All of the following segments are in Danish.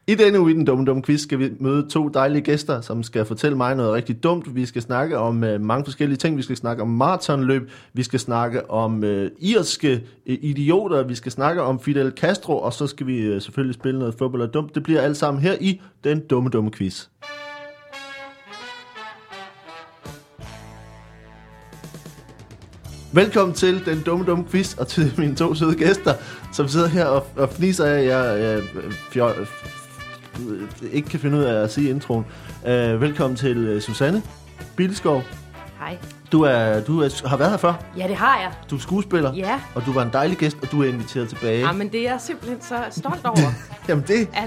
I denne uge i den dumme quiz skal vi møde 2 dejlige gæster, som skal fortælle mig noget rigtig dumt. Vi skal snakke om mange forskellige ting. Vi skal snakke om maratonløb. Vi skal snakke om irske idioter. Vi skal snakke om Fidel Castro. Og så skal vi selvfølgelig spille noget fodbold og dumt. Det bliver alt sammen her i den dumme quiz. Velkommen til den dumme quiz, og til mine 2 søde gæster, som sidder her og fniser af, jeg ikke kan finde ud af at sige introen. Velkommen til Susanne Bilskov. Hej. Du har været her før. Ja, det har jeg. Du er skuespiller, ja. Og du var en dejlig gæst, og du er inviteret tilbage. Ja, men det er jeg simpelthen så stolt over. Jamen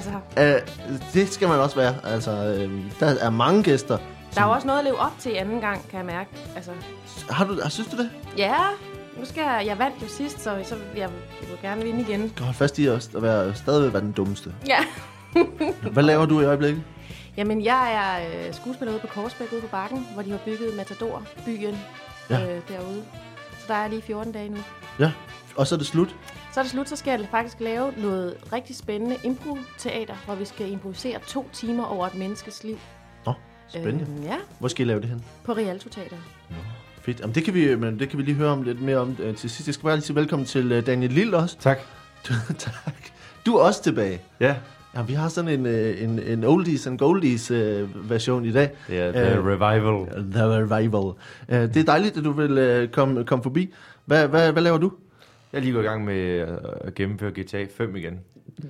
det skal man også være. Altså, der er mange gæster. Der er jo også noget at leve op til anden gang, kan jeg mærke. Altså. Synes du det? Ja, nu skal jeg vandt jo sidst, så jeg vil gerne vinde igen. Du holder fast i at stadigvæk være den dummeste. Ja. Hvad laver du i øjeblikket? Jamen, jeg er skuespiller ude på Korsbæk, ude på Bakken, hvor de har bygget Matador-byen derude. Så der er lige 14 dage nu. Ja, og så er det slut? Så er det slut, så skal jeg faktisk lave noget rigtig spændende impro-teater, hvor vi skal improvisere 2 timer over et menneskes liv. Nå, spændende. Ja. Hvor skal I lave det hen? På Rialto Teater. Nå, fedt. Jamen, det kan vi lige høre om lidt mere om til sidst. Jeg skal bare lige sige velkommen til Daniel Lille også. Tak. Tak. Du er også tilbage. Ja. Ja, vi har sådan en oldies and goldies version i dag. Det er The Revival. The Revival. Det er dejligt, at du vil komme forbi. Hvad laver du? Jeg er lige gået i gang med at gennemføre GTA 5 igen.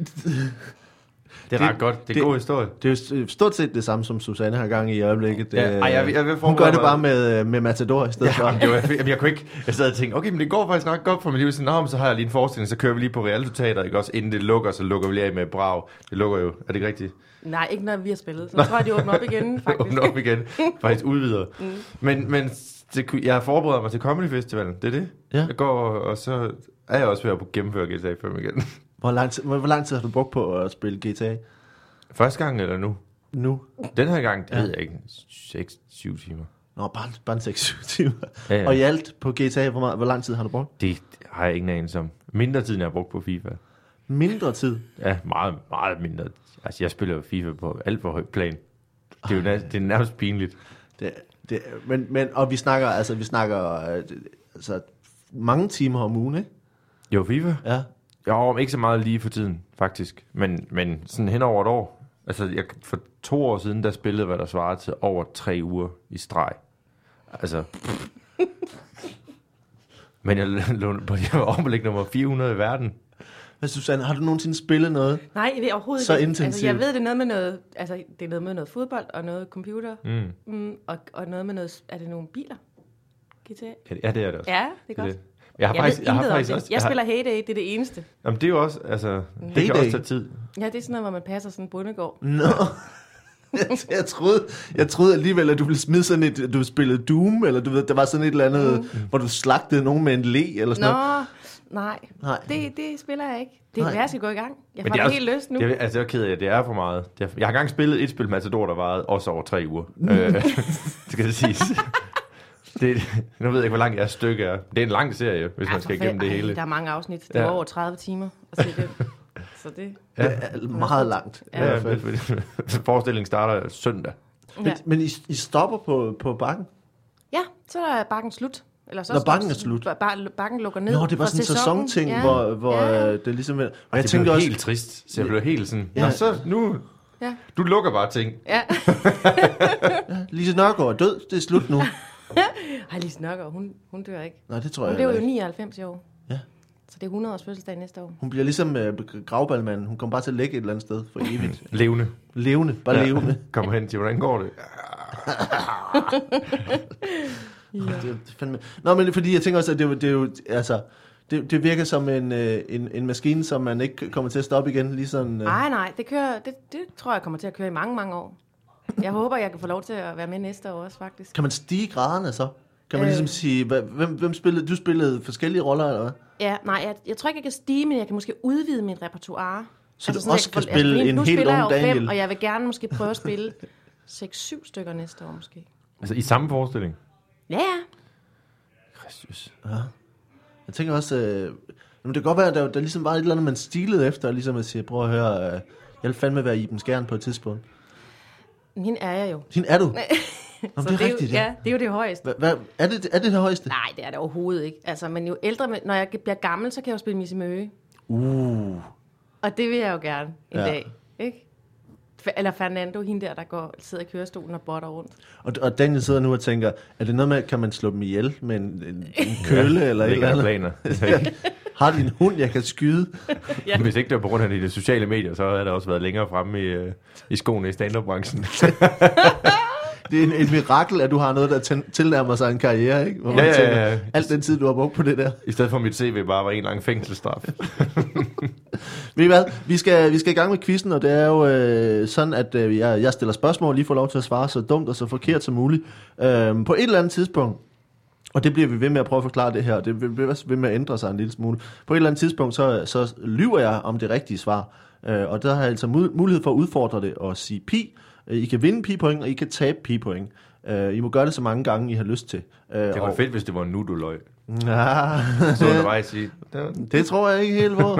Det er ret godt. Det er en god historie. Det er jo stort set det samme, som Susanne har gang i øjeblikket. Hun gør det bare med Matador i stedet for. Jeg kunne ikke. Jeg sad og tænkte, okay, men det går faktisk ret godt for mit liv. Så har jeg lige en forestilling, så kører vi lige på Rialto Teater, ikke også? Inden det lukker, så lukker vi lige af med brag. Det lukker jo. Er det ikke rigtigt? Nej, ikke når vi har spillet. Så tror jeg, de åbner op igen, faktisk. Åbner op igen. Faktisk udvider. Men jeg har forberedt mig til Comedy Festivalen. Det er det. Ja. Jeg går, og så er jeg også ved at gennemføre GTA 5 igen. Hvor lang tid har du brugt på at spille GTA? Første gang eller nu? Nu. Den her gang, det ved jeg ikke. 6-7 timer. Nå, bare en 6-7 timer. Ja. Og i alt på GTA, hvor lang tid har du brugt? Det har jeg ingen anelse om. Mindre tid, end jeg har brugt på FIFA. Mindre tid? Ja, meget, meget mindre. Altså, jeg spiller jo FIFA på alt for højt plan. Det er jo det er nærmest pinligt. Og vi snakker mange timer om ugen, ikke? Jo, FIFA? Ja. Jo, ikke så meget lige for tiden, faktisk. Men sådan hen over et år. Altså, for 2 år siden, der spillede, hvad der svarede til over 3 uger i streg. Altså. Men jeg var overblik nummer 400 i verden. Hvad, Susanne, har du nogensinde spillet noget? Nej, det er overhovedet så ikke. Intensivt. Altså, jeg ved, det er noget med noget, det er noget med noget fodbold og noget computer. Og noget med noget, er det nogle biler? GTA? Ja, det er det også. Ja, det er godt. Det. Jeg spiller Heyday, det er det eneste. Jamen, det er jo også, altså, det kan også tage tid. Ja, det er sådan noget, hvor man passer sådan en bondegård. Nå. Jeg troede alligevel, at du ville smide sådan et, du spillede Doom, eller du ved, der var sådan et eller andet, hvor du slagtede nogen med en le, eller sådan noget. Nej. Det spiller jeg ikke. Det er værd, jeg skal gå i gang. Jeg får det helt løst nu. Jeg er ked af, det er for meget. Jeg har engang spillet et spil Matador, der varede også over 3 uger. Det skal det siges. Nu ved jeg ikke, hvor langt jeres stykke er. Det er en lang serie, hvis man skal igennem det hele. Der er mange afsnit. Det var over 30 timer at se det. Så det er meget langt. Ja, forestillingen starter søndag. Ja. Men I stopper på Bakken? Ja, så er Bakken slut. Eller så når Bakken er slut? Bakken lukker ned. Nå, det var sådan en sæsonting, hvor det ligesom... Og jeg tænkte også helt trist. Så jeg blev helt sådan... Ja. Nå, så nu... Ja. Du lukker bare ting. Ja. Lise Nørgaard er død. Det er slut nu. Ej, Lise Nørgaard, hun dør ikke. Nej, det tror jeg ikke. Hun blev jo 99 i år. Ja. Så det er 100 års fødselsdag næste år. Hun bliver ligesom gravballmanden. Hun kommer bare til at ligge et eller andet sted for evigt. Levende. Levende. Kommer hen til, hvordan går det? Nå, men fordi jeg tænker også, at det er jo altså... Det virker som en maskine, som man ikke kommer til at stoppe igen, lige sådan... Nej, det tror jeg kommer til at køre i mange, mange år. Jeg håber, jeg kan få lov til at være med næste år også, faktisk. Kan man stige graderne så? Kan man ligesom sige, hvem spillede? Du spillede forskellige roller, eller hvad? Ja, nej, jeg tror ikke, jeg kan stige, men jeg kan måske udvide mit repertoire. Så altså, du også kan spille en helt ung Daniel? 5, og jeg vil gerne måske prøve at spille 6-7 stykker næste år, måske. Altså i samme forestilling? Ja. Kristus. Ja. Jeg tænker også, men det kan godt være, at der ligesom var et eller andet, man stilede efter, ligesom at sige, prøv at høre, Jeg vil fandme være Iben Skjern på et tidspunkt. Hende er jeg jo. Hende er du? Nå, Så det er rigtigt, ja, det er jo det højeste. Er det det højeste? Nej, det er det overhovedet ikke. Altså, men jo ældre, når jeg bliver gammel, så kan jeg jo spille Misse Møge. Og det vil jeg jo gerne en dag, ikke? Eller Fernando, hende der sidder i kørestolen og botter rundt. Og Daniel sidder nu og tænker, er det noget med, kan man slå dem ihjel med en kølle eller et eller andet? Planer. Har de en hund, jeg kan skyde? Ja. Hvis ikke det var på grund af de sociale medier, så havde der også været længere fremme i skoene i stand-up-branchen. Det er et mirakel, at du har noget, der tilnærmer sig en karriere, ikke? Hvor man tænker, alt den tid, du har brugt på det der. I stedet for mit CV bare var en lang fængselsstraf. Ved I hvad? Vi skal i gang med quizzen, og det er jo sådan, at jeg stiller spørgsmål, lige får lov til at svare så dumt og så forkert som muligt. På et eller andet tidspunkt, og det bliver vi ved med at prøve at forklare det her, det bliver ved med at ændre sig en lille smule. På et eller andet tidspunkt, så lyver jeg om det rigtige svar. Og der har jeg altså mulighed for at udfordre det og sige pi. I kan vinde pi-point, og I kan tabe pi-point. I må gøre det så mange gange, I har lyst til. Det var fedt, hvis det var nu, du løg. Ja. Så var det bare at sige. Det tror jeg ikke helt på.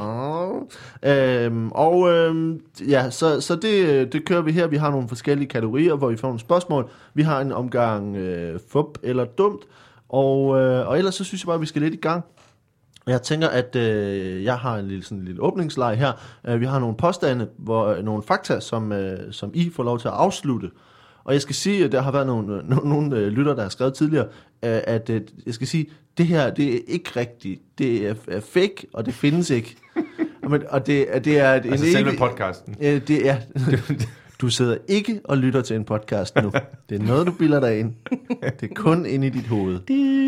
Så det kører vi her. Vi har nogle forskellige kategorier, hvor vi får nogle spørgsmål. Vi har en omgang fup eller dumt. Og ellers så synes jeg bare, at vi skal lidt i gang. Jeg tænker, at jeg har en lille åbningsleg her. Vi har nogle påstande, nogle fakta, som I får lov til at afslutte. Og jeg skal sige, at der har været nogle lytter, der har skrevet tidligere, at jeg skal sige, det her, det er ikke rigtigt. Det er fake, og det findes ikke. Og det er altså selve podcasten. Det er... Du sidder ikke og lytter til en podcast nu. Det er noget, du bilder dig ind. Det er kun inde i dit hoved.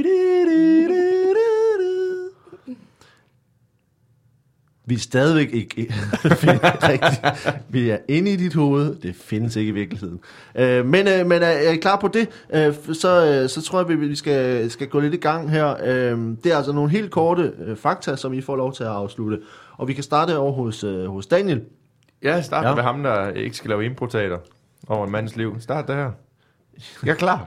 Vi er stadigvæk ikke rigtigt. Vi er inde i dit hoved. Det findes ikke i virkeligheden. Men er I klar på det? Så tror jeg, vi skal gå lidt i gang her. Det er altså nogle helt korte fakta, som I får lov til at afslutte. Og vi kan starte over hos Daniel. Ja, start med ham, der ikke skal lave improteater over en mands liv. Start der her. Jeg er klar.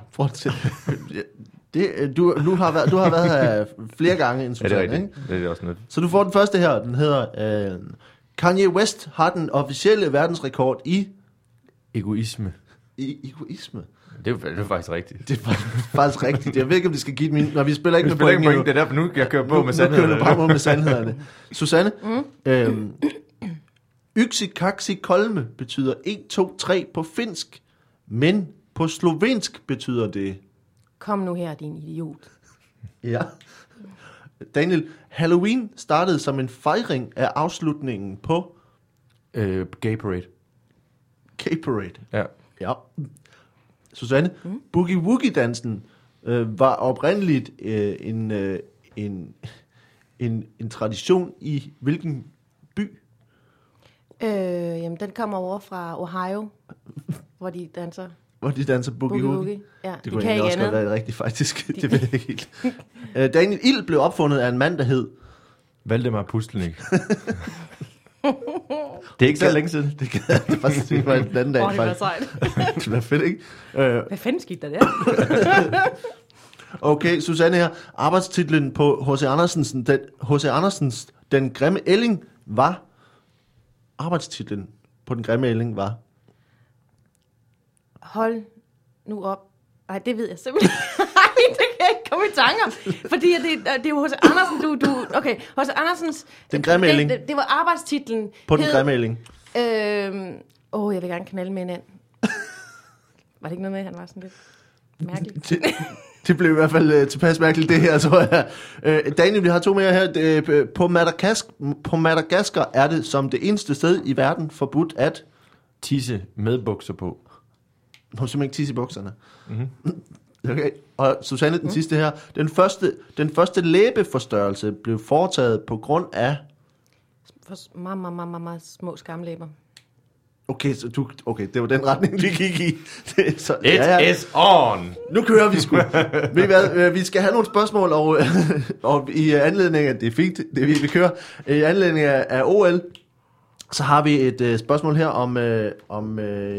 Du har været her flere gange end Susanne, ja, det er ikke? Det er også noget. Så du får den første her. Den hedder Kanye West har den officielle verdensrekord i egoisme. Egoisme? Det er faktisk rigtigt. Det er faktisk rigtigt. Jeg ved ikke, om det skal give min... Når vi spiller ikke med point. Det er derfor nu, jeg kører på med sandhederne. Nu kører du bare med sandhederne. Susanne? Yksi kaksi kolme betyder 1, 2, 3 på finsk, men på slovensk betyder det... Kom nu her, din idiot. Ja. Daniel, Halloween startede som en fejring af afslutningen på... Gay Parade. Gay Parade. Ja. Susanne, Boogie Woogie-dansen var oprindeligt en tradition i hvilken by? Jamen, den kommer over fra Ohio, hvor de danser... Hvor de danser Boogie Woogie. Ja, det kunne egentlig også godt være rigtigt, faktisk. Det ved jeg ikke helt. Daniel Ild blev opfundet af en mand, der hed... Valdemar Pustelnik. Det er ikke så længe siden. Det var en anden dag. Det var sejt. Det var fedt, ikke? Hvad fanden skete der der? Okay, Susanne her. Arbejdstitlen på H.C. Andersens Den grimme ælling var... Arbejdstitlen på Den grimme ælling var... Hold nu op. Nej, det ved jeg simpelthen. Nej, det kan jeg ikke komme i tanker. Fordi det er jo H.C. Andersen, okay, H.C. Andersens... Den grimme ælling. Det var arbejdstitlen. På Den grimme ælling. Jeg vil gerne knalde med en and. Var det ikke noget med, at han var sådan lidt mærkelig? Det blev i hvert fald tilpas mærkeligt, det her, tror jeg. Daniel, vi har 2 mere her. På Madagaskar er det som det eneste sted i verden forbudt at... Tisse med bukser på. Nå, simpelthen ikke tisse i bukserne. Mm-hmm. Okay. Og Susanne, den sidste her. Den første læbeforstørrelse blev foretaget på grund af... Meget små skamlæber. Okay, det var den retning, vi gik i. Is on! Nu kører vi sgu. Ved I hvad? Vi skal have nogle spørgsmål, og i anledning af... Det er fint, det vi kører. I anledning af OL, så har vi et spørgsmål her om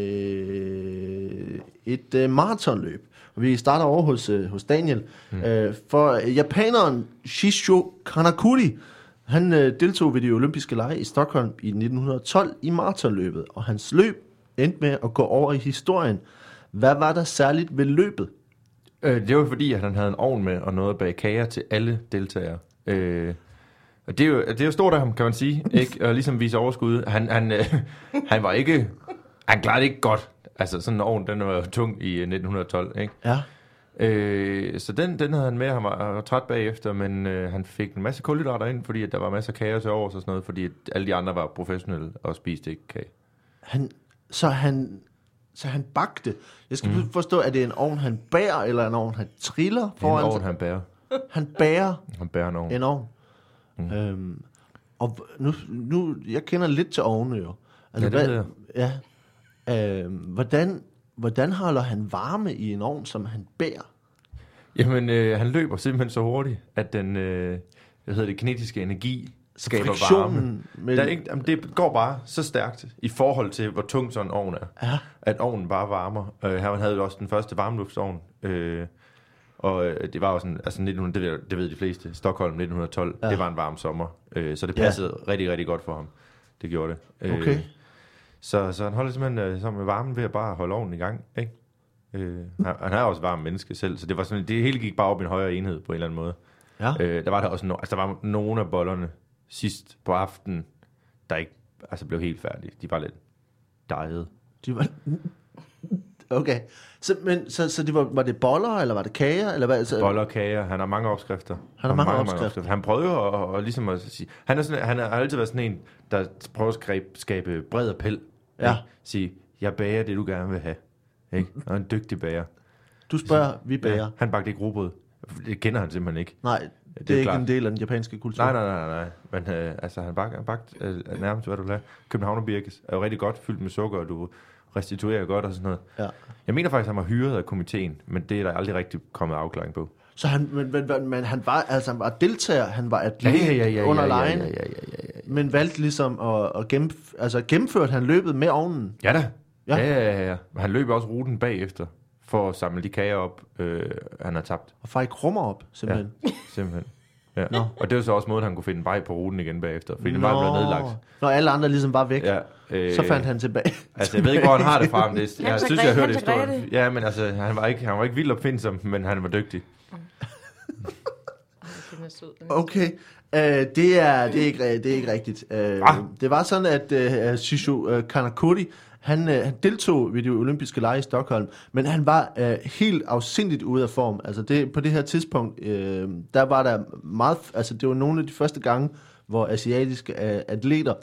et maratonløb. Vi starter over hos Daniel. For japaneren Shisho Kanakuri Han deltog ved de olympiske lege i Stockholm i 1912 i maratonløbet, og hans løb endte med at gå over i historien. Hvad var der særligt ved løbet? Det var fordi, at han havde en ovn med og noget at bage kager til alle deltagere. Og det er jo stort af ham, kan man sige, ikke? Og ligesom vise overskud. Han var ikke... Han klarede det ikke godt. Altså, sådan en ovn, den var jo tung i 1912, ikke? Ja. Så den havde han med. Han var træt bagefter, men han fik en masse kulhydrater ind, fordi at der var masser af kager til overs og sådan noget, fordi at alle de andre var professionelle og spiste ikke kage. Så han bagte. Jeg skal forstå, at det er en ovn, han bærer, eller en ovn, han triller foran? Det er en ovn, han bærer. Han bærer en ovn. En ovn. Og nu, jeg kender lidt til ovne jo. Altså, ja, det ved jeg. Ja. Hvordan holder han varme i en ovn, som han bærer? Jamen, han løber simpelthen så hurtigt, at den kinetiske energi skaber varme. Det går bare så stærkt i forhold til, hvor tung sådan en ovn er. Ja. At ovnen bare varmer. Han havde jo også den første varmluftsovn. Og det var jo sådan, altså 1900, det ved de fleste, Stockholm 1912, det var en varm sommer. Så det passede rigtig, rigtig godt for ham. Det gjorde det. Okay. Så han holdt simpelthen sammen med varmen ved at bare holde ovnen i gang, ikke? Han er også varm menneske selv, så det var sådan, det hele gik bare op i en højere enhed på en eller anden måde. Ja. Der var der også der var nogle af bollerne sidst på aftenen, der ikke blev helt færdige. De var lidt dejede. De var... Okay. Så det var det boller, eller var det kager? Eller hvad? Altså... Boller og kager. Han har mange opskrifter. Mange opskrifter. Han prøver at ligesom at sige... Han har altid været sådan en, der prøver at skabe bred appel. Ja. Sige, jeg bager det, du gerne vil have. Ikke? Og en dygtig bager. Du spørger, vi bager. Ja, han bagte ikke rugbrød. Det kender han simpelthen ikke. Nej, det er ikke en del af den japanske kultur. Nej. Men han bagte nærmest, hvad du vil have. Københavnerbirkes er jo rigtig godt fyldt med sukker, og du restituerer godt og sådan noget. Ja. Jeg mener faktisk, at han var hyret af komiteen, men det er der aldrig rigtig kommet afklaring på. Så men han var deltager, han var atlet under lejen, men valgte ligesom at gennemføre han løbet med ovnen. Ja da. Ja. Han løb også ruten bagefter, for at samle de kager op, han har tabt. Og fik krummer op, simpelthen. Ja, simpelthen. Ja. No. Og det var så også måden, han kunne finde vej på ruten igen bagefter, fordi den var blevet nedlagt. Når alle andre ligesom var væk, så fandt han tilbage. Altså, jeg ved ikke, hvor han har det fra, men jeg synes, jeg har hørt historien. Ja, men altså, han var ikke vildt opfindsom, men han var dygtig. Okay, det er ikke rigtigt. Det var sådan, at Shisho Kanakuri, han deltog ved de olympiske lege i Stockholm, men han var helt afsindigt ude af form. Altså på det her tidspunkt, der var der meget, altså det var nogle af de første gange, hvor asiatiske atleter,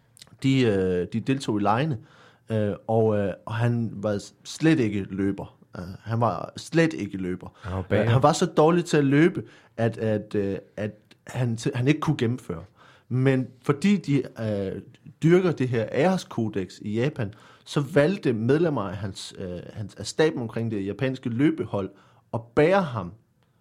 de deltog i legene, og han var slet ikke løber. Han var slet ikke løber. Han var så dårlig til at løbe, at han ikke kunne gennemføre. Men fordi de dyrker det her æreskodex i Japan, så valgte medlemmer af staben omkring det japanske løbehold at bære ham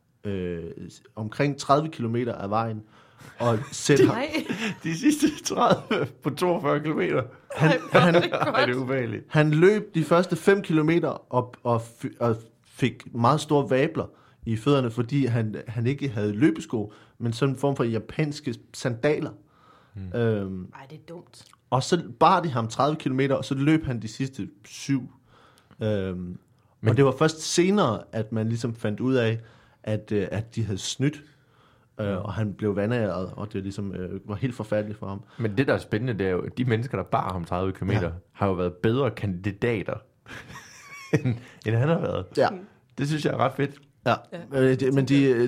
omkring 30 kilometer af vejen og sætte ham... De sidste 30 på 42 kilometer. Det er ubehageligt. Han løb de første 5 kilometer og fik meget store vabler i fødderne, fordi han ikke havde løbesko, men sådan en form for japanske sandaler. Ej, det er dumt. Og så bar de ham 30 kilometer, og så løb han de sidste 7. Og det var først senere, at man ligesom fandt ud af, at de havde snydt, og han blev vandæret, og det ligesom var helt forfærdeligt for ham. Men det, der er spændende, det er jo, at de mennesker, der bar ham 30 kilometer, har jo været bedre kandidater, end han har været. Ja. Det synes jeg er ret fedt. Ja, men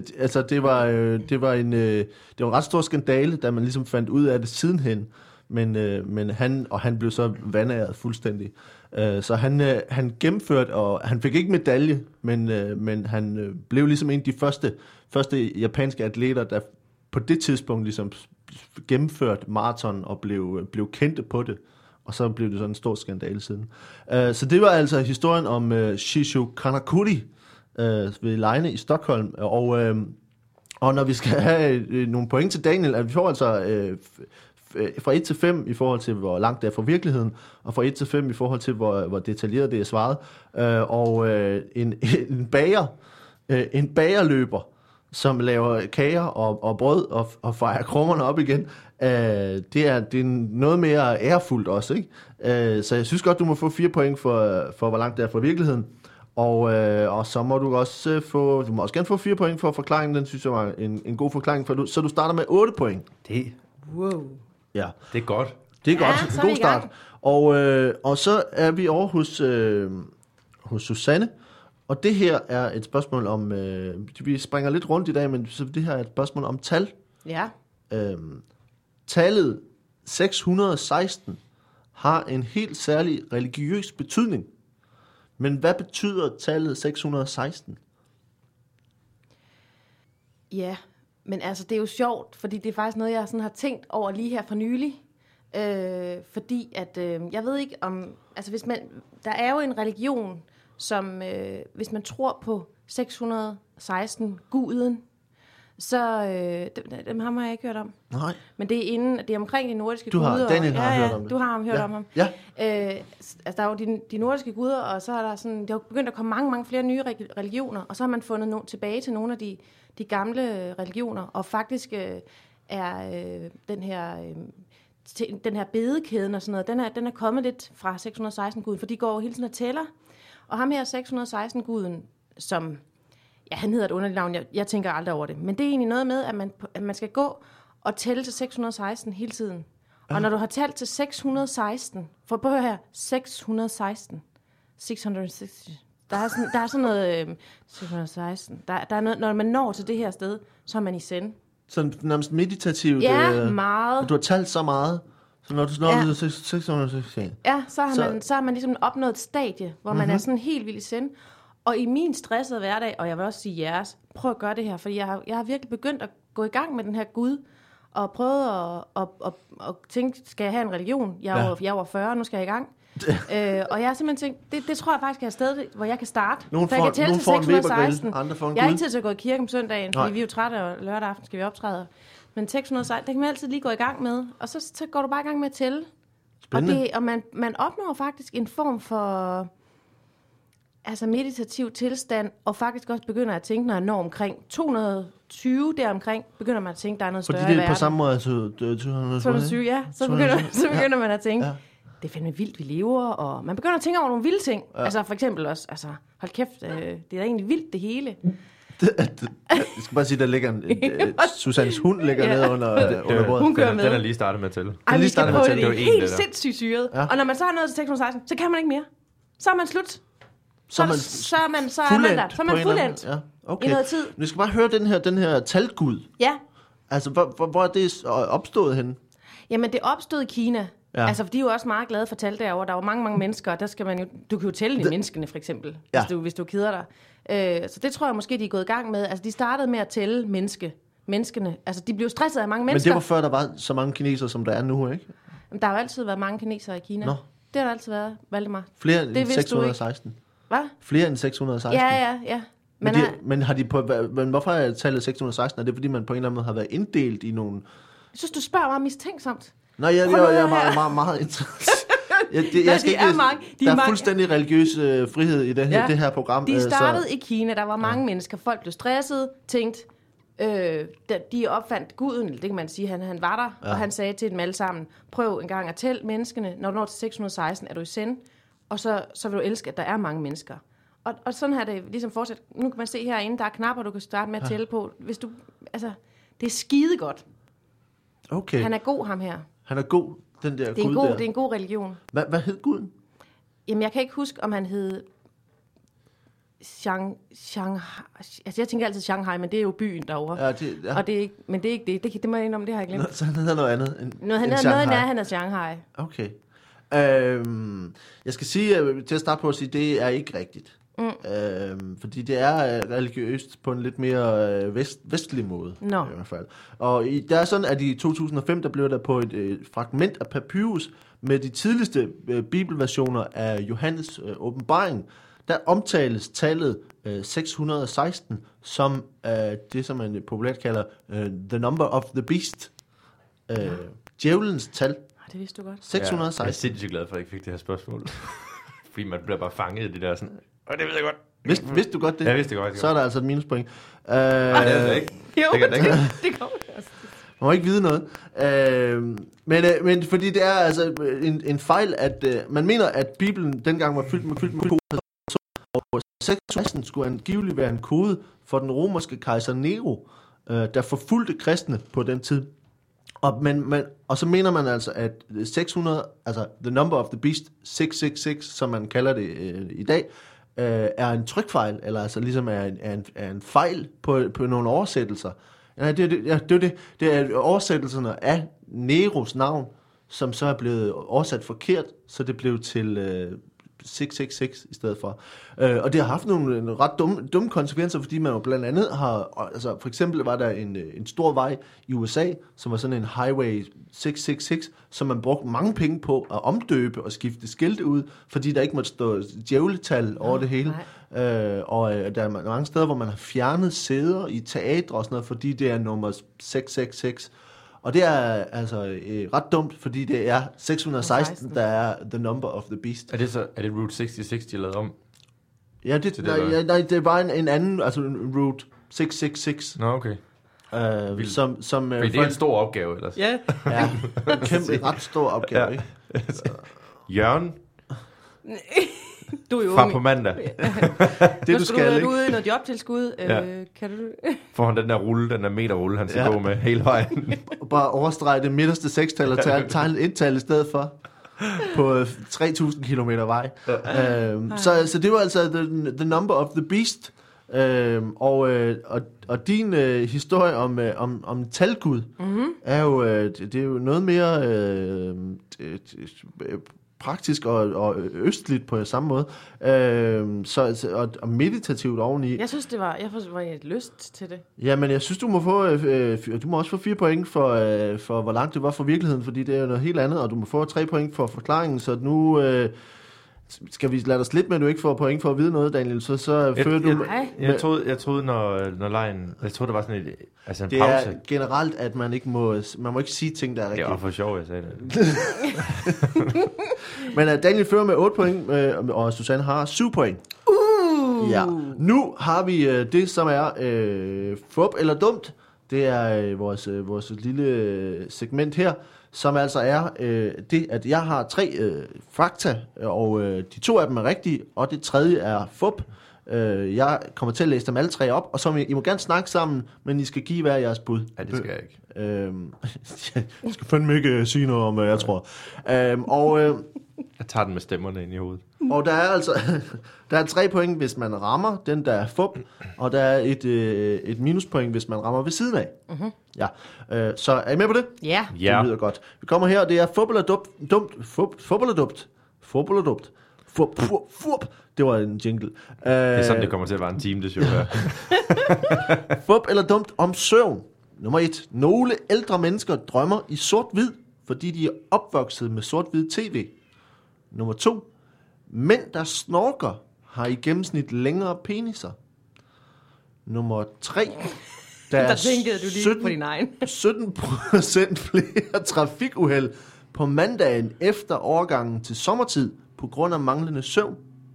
det var en ret stor skandale, da man ligesom fandt ud af det sidenhen, men han blev så vandæret fuldstændig. Så han gennemførte, og han fik ikke medalje, men han blev ligesom en af de første japanske atleter, der på det tidspunkt ligesom gennemførte maraton og blev kendte på det. Og så blev det sådan en stor skandale siden. Så det var altså historien om Shisho Kanakuri ved legene i Stockholm. Og når vi skal have nogle point til Daniel, at vi får altså fra 1 til 5 i forhold til, hvor langt det er fra virkeligheden, og fra 1 til 5 i forhold til, hvor detaljeret det er svaret. En bagerløber, som laver kager og brød og fejrer krummerne op igen. Det er noget mere ærefuldt også, ikke? Så jeg synes godt, du må få 4 point for hvor langt det er fra virkeligheden. Og så må du også du må også gerne få 4 point for forklaringen. Den synes jeg var en god forklaring. Så du starter med 8 point. Wow. Ja. Det er godt. Det er godt. Ja, En god start. Og så er vi over hos Susanne. Og det her er et spørgsmål om... vi springer lidt rundt i dag, men så det her er et spørgsmål om tal. Ja. Tallet 616 har en helt særlig religiøs betydning. Men hvad betyder tallet 616? Ja, men altså det er jo sjovt, fordi det er faktisk noget, jeg sådan har tænkt over lige her for nylig. Fordi at, jeg ved ikke om... Altså der er jo en religion, som hvis man tror på 616 guden, så dem har jeg ikke hørt om. Nej. Men det er omkring de nordiske guder. Daniel har hørt om det. Du har hørt om ham. Ja. Altså der er jo de nordiske guder, og så er der sådan, der er begyndt at komme mange flere nye religioner, og så har man fundet tilbage til nogle af de gamle religioner, og faktisk er den her bedekæden og sådan noget, den er kommet lidt fra 616-guden, for de går hele tiden og tæller. Og ham her 616-guden, som... Ja, han hedder et underligt navn. Jeg tænker aldrig over det. Men det er egentlig noget med, at man skal gå og tælle til 616 hele tiden. Og når du har talt til 616... For prøv at høre her. 616. 660. Der er sådan noget... 616. Der er noget, når man når til det her sted, så er man i zen. Sådan nærmest meditativt. Ja, meget. Du har talt så meget. Så når du når til 616... Ja, så har man ligesom opnået et stadie, hvor man er sådan helt vildt i zen. Og i min stressede hverdag, og jeg vil også sige jeres, prøv at gøre det her, fordi jeg har virkelig begyndt at gå i gang med den her Gud, og prøvet at tænke, skal jeg have en religion? Jeg var 40, nu skal jeg i gang. Og jeg har simpelthen tænkt, det tror jeg faktisk er et sted, hvor jeg kan starte. Nogle for jeg kan tælle til 616. Andre får en jeg har ikke tid til at gå i kirke om søndagen, fordi vi er jo trætte, og lørdag aften skal vi optræde. Men 616, det kan man altid lige gå i gang med. Og så går du bare i gang med at tælle. Spændende. Og man opnår faktisk en form for... altså meditativ tilstand, og faktisk også begynder at tænke, når jeg når omkring 220 deromkring, begynder man at tænke, der er noget større i verden. Fordi det er på samme måde, altså 220, ja, så begynder man at tænke, det er fandme vildt, vi lever, og man begynder at tænke over nogle vilde ting. Ja. Altså for eksempel også, altså hold kæft, det er da egentlig vildt det hele. Jeg skal bare sige, der ligger Susannes hund ligger nede under bordet. Hun kører med. Den er lige startet med at tælle. Ej, vi skal prøve det. Det er helt sindssygt syret. Ja. Og når man så har nået til 616, så kan man ikke mere. Så er man slut. Så er man der. Så er man fuldendt i noget tid. Nu skal bare høre den her talgud. Ja. Altså, hvor er det opstået henne? Jamen, det opstod i Kina. Ja. Altså, for de er jo også meget glade for tal derovre. Der er jo mange mennesker, og der skal man jo... Du kan jo tælle menneskene, for eksempel, hvis du keder dig. Så det tror jeg måske, de er gået i gang med. Altså, de startede med at tælle menneskene. Altså, de blev stresset af mange mennesker. Men det var før, der var så mange kinesere, som der er nu, ikke? Jamen, der har jo altid været mange kinesere i Kina. Nå. Det har der altid været, Valdemar. Flere end 616? Hvad? Flere end 616? Ja. Men hvorfor er tallet 616? Er det, fordi man på en eller anden måde har været inddelt i nogle... Jeg synes, du spørger meget mistænksomt. Nej, jeg er meget interesseret. Der er fuldstændig religiøs frihed i det her program. De startede i Kina, der var mange mennesker. Folk blev stresset, tænkte, de opfandt guden, det kan man sige, han var der, og han sagde til dem alle sammen, prøv en gang at tælle menneskene, når du når til 616, er du i zen, og så vil du elske, at der er mange mennesker. Og sådan har det ligesom fortsat. Nu kan man se herinde, der er knapper, du kan starte med at tælle på. Hvis du, altså, det er skide godt. Okay. Han er god, ham her. Han er god, den der gud der. Det er en god religion. Hvad hed guden? Jamen, jeg kan ikke huske, om han hed Shanghai. Altså, jeg tænker altid Shanghai, men det er jo byen derovre. Ja. Og det er ikke, men det er ikke det. Det må jeg indrømme, det har jeg glemt. Så han hedder noget andet end Noget af Shanghai. Okay. Jeg skal sige, til at starte på at sige, det er ikke rigtigt. Fordi det er religiøst på en lidt mere vestlig måde. I hvert fald. Og det er sådan, at i 2005, der blev der på et fragment af papyrus med de tidligste bibelversioner af Johannes åbenbaring, der omtales tallet 616 som det, som man populært kalder the number of the beast. Djævelens tal. Det vidste du godt. 616. Jeg er sindssygt glad for, at jeg ikke fik det her spørgsmål. Fordi man bliver bare fanget i det der sådan... Og det ved jeg godt. Vidste du godt det? Jeg vidste det godt. Så er der altså et minuspoint. Det er det ikke. Jo, Det kan- det kommer også. Man må ikke vide noget. Men fordi det er altså en fejl, at man mener, at Bibelen dengang var fyldt med kode, og 616 skulle angiveligt være en kode for den romerske kejser Nero, der forfulgte kristne på den tid. Og så mener man altså, at 600, altså the number of the beast, 666, som man kalder det i dag, er en trykfejl, eller altså ligesom er en fejl på nogle oversættelser. Nej, det er det. Det er oversættelserne af Neros navn, som så er blevet oversat forkert, så det blev til 666 i stedet for. Og det har haft nogle ret dumme konsekvenser, fordi man jo blandt andet har, altså for eksempel var der en stor vej i USA, som var sådan en Highway 666, som man brugte mange penge på at omdøbe og skifte skilte ud, fordi der ikke måtte stå djævletal over det hele. Og der er mange steder, hvor man har fjernet sæder i teatre og sådan noget, fordi det er nummer 666. Og det er altså ret dumt, fordi det er 616, der er the number of the beast. Er det Route 66, de har lavet om? Ja, nej, det er bare en anden, altså Route 666. Nå, okay. Som det er en stor opgave ellers. Ja. Ja, en kæmpe, ret stor opgave, Ja. ikke? Jørgen Du er jo fra ung. på mandag. Det du skal, du ikke? ude i noget jobtilskud. Kan du... Får han den der rulle, den der meterrulle, han skal gå med hele vejen. Og bare overstrege det midterste sekstal og tegne et indtal i stedet for på 3.000 kilometer vej. Så det var altså the number of the beast. Og din historie om talgud er jo det er jo noget mere praktisk og østligt på samme måde, og meditativt oveni. Jeg synes, jeg var et lyst til det. Ja, men jeg synes, du må også få 4 point for hvor langt det var fra virkeligheden, fordi det er jo noget helt andet, og du må få 3 point for forklaringen, så nu skal vi lade dig slippe med, at du ikke får point for at vide noget, Daniel, så fører du... Jeg troede, når lejen... Jeg troede, der var sådan en pause. Det er generelt, at man må ikke sige ting, der er rigtigt. Det var for sjov, jeg sagde det. Men Daniel fører med 8 point, og Susanne har 7 point. Ja. Nu har vi det, som er fup eller dumt. Det er vores lille segment her, som altså er det, at jeg har 3 fakta, og de 2 af dem er rigtige, og det tredje er fup. Jeg kommer til at læse dem alle 3 op, og så I må gerne snakke sammen, men I skal give hver jeres bud. Ja, det skal jeg ikke. Jeg skal fandme ikke sige noget om, hvad jeg tror. Jeg tager den med stemmerne ind i hovedet. Og der er altså der er 3 point, hvis man rammer den, der er fup, og der er et minuspoint, hvis man rammer ved siden af. Uh-huh. Ja. Så er I med på det? Ja. Det lyder godt. Vi kommer her, det er fup eller dumt. Fup eller dumt. Fup eller dumt. Fup. Det var en jingle. Det er sådan, det kommer til at være en time, det show her. Fup eller dumt om søvn. Nummer 1. Nogle ældre mennesker drømmer i sort-hvid, fordi de er opvokset med sort-hvid tv. Nummer 2. Mænd, der snorker, har i gennemsnit længere peniser. Nummer 3. Der tænkede du lige på din egen. 17% flere trafikuheld på mandagen efter overgangen til sommertid på grund af manglende søvn.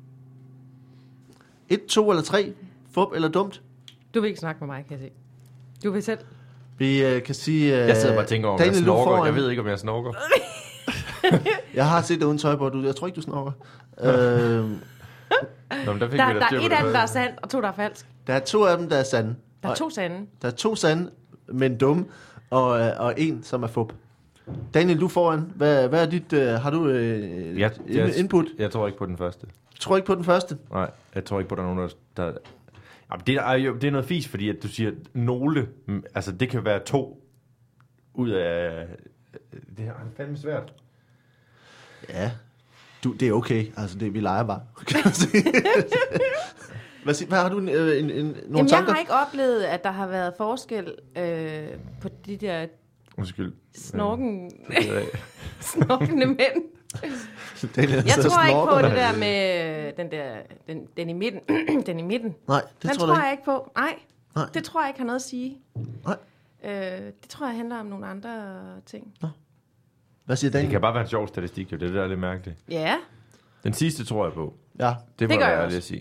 1, 2 eller 3. Fup eller dumt? Du vil ikke snakke med mig, kan jeg se. Du vil selv. Vi kan sige... Jeg sidder bare og tænker over, om jeg snorker. Jeg ved ikke, om jeg snorker. Jeg har set dig uden tøj på. Jeg tror ikke, du snorker. Nå, men der fik Der vi da styr er på et det af dem, før. der er sandt, og 2, der er falsk. Der er 2 af dem, der er sande. Der er 2 sande. Der er 2 sande, men dumme, og 1, som er fup. Daniel, du foran. Hvad er dit... har du input? Jeg tror ikke på den første. Tror ikke på den første? Nej, jeg tror ikke på, at der er nogen, der... Det er noget fis, fordi at du siger, nogle... Altså, det kan være 2 ud af... Det er fandme svært. Ja. Det er okay. Altså, vi leger bare. Hvad har du nogle Jamen, tanker? jeg har ikke oplevet, at der har været forskel på de der snorkende mænd. Jeg tror ikke på det der med den i midten. Den i midten. Nej, det tror jeg ikke på. Nej, Nej. det tror jeg ikke har noget at sige. Nej. Det tror jeg handler om nogle andre ting. Hvad siger Daniel? Det kan bare være en sjov statistik, jo. Det er det, der er lidt mærkeligt. Ja. Den sidste tror jeg på. Ja. Det gør må jeg jeg også. lige sige.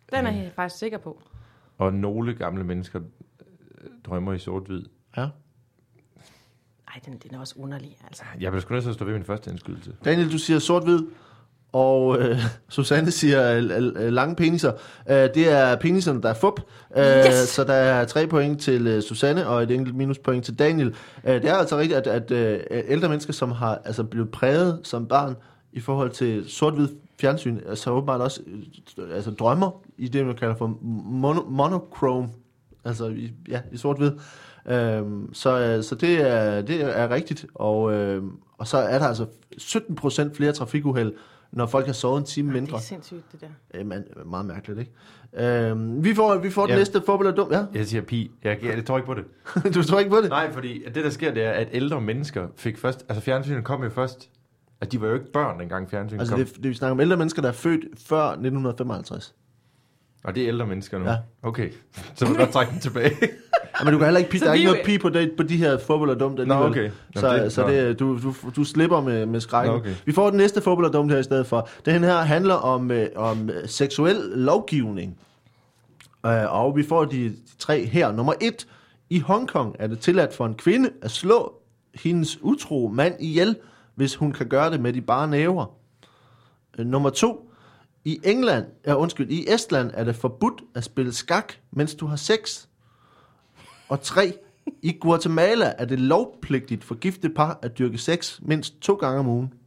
Den er jeg faktisk sikker på. Og nogle gamle mennesker drømmer i sort-hvid. Ja. Ej, den er også underlig, altså. Jeg vil sgu nødt til at stå ved min første indskydelse. Daniel, du siger sort-hvid, og Susanne siger lange peniser. Det er peniserne, der er fup. Yes! Så der er 3 point til Susanne, og et enkelt minuspoint til Daniel. Det er altså rigtigt, at ældre mennesker, som har altså blevet præget som barn i forhold til sort-hvid fjernsyn, altså åbenbart også altså drømmer i det, man kalder for monochrome, altså i sort-hvid. Så det er rigtigt, og så er der altså 17% flere trafikuheld, når folk har sovet en time mindre. Det er sindssygt, det der. Meget mærkeligt, ikke? Vi får den næste forbehold af dum, ja? Jeg siger pi. Jeg tror ikke på det. Du tror ikke på det? Nej, fordi det der sker, det er, at ældre mennesker fik først... Altså fjernsynet kom jo først... At de var jo ikke børn, dengang fjernsynet altså, kom. det vi snakker om ældre mennesker, der er født før 1955. Og det er ældre mennesker nu? Ja. Okay, så må du godt trække den tilbage. Ja, men du kan heller ikke der er ikke noget pi på de her forbehold af dumt alligevel. Okay. Du slipper med skrækken. Okay. Vi får den næste forbehold af dumt her i stedet for. Den her handler om seksuel lovgivning. Og vi får de 3 her. Nummer 1. I Hongkong er det tilladt for en kvinde at slå hendes utro mand ihjel, hvis hun kan gøre det med de bare næver. Nummer 2. I Estland er det forbudt at spille skak, mens du har sex. Og 3. I Guatemala er det lovpligtigt for gifte par at dyrke sex mindst 2 gange om ugen.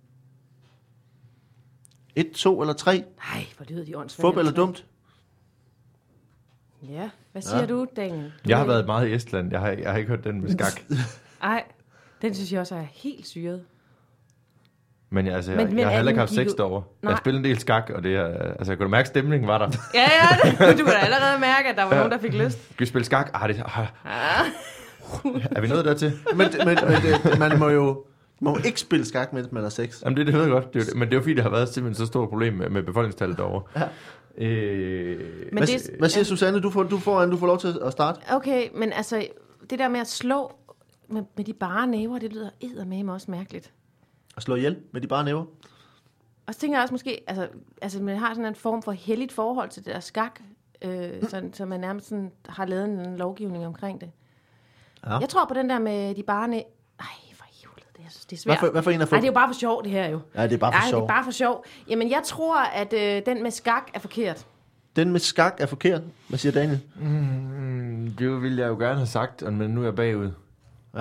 1, 2 eller 3? Nej, hvor lyder de åndsvagt. Fup eller dumt? Ja, hvad siger du, Daniel? Jeg har været meget i Estland. Jeg har ikke hørt den med skak. Nej, den synes jeg også er helt syret. Men jeg har heller ikke haft sex derovre. Jeg spillede en del skak, og det er... Altså, jeg kunne mærke, stemningen var der. Ja, du kunne da allerede mærke, at der var nogen, der fik lyst. Skal vi spille skak? Er vi nået dertil? Men man må jo ikke spille skak, mens man har sex. Jamen, det ved jeg godt. Men det er jo fordi, der har været simpelthen så stort problem med befolkningstallet derovre. Ja. Hvad siger Susanne? Du får lov til at starte. Okay, men altså, det der med at slå med de bare næver, det lyder eddermame også mærkeligt. At slå ihjel med de bare næver? Og så tænker jeg også måske, altså man har sådan en form for helligt forhold til det der skak, så man nærmest sådan har lavet en lovgivning omkring det. Ja. Jeg tror på den der med de bare næver. Ej, for helvede, det er svært. Hvad for en er for? Ej, det er jo bare for sjov, det her jo. Ja, det er bare for sjov. det er bare for sjov. Jamen, jeg tror, at den med skak er forkert. Den med skak er forkert? Hvad siger Daniel? Det ville jeg jo gerne have sagt, men nu er jeg bagud. Ja.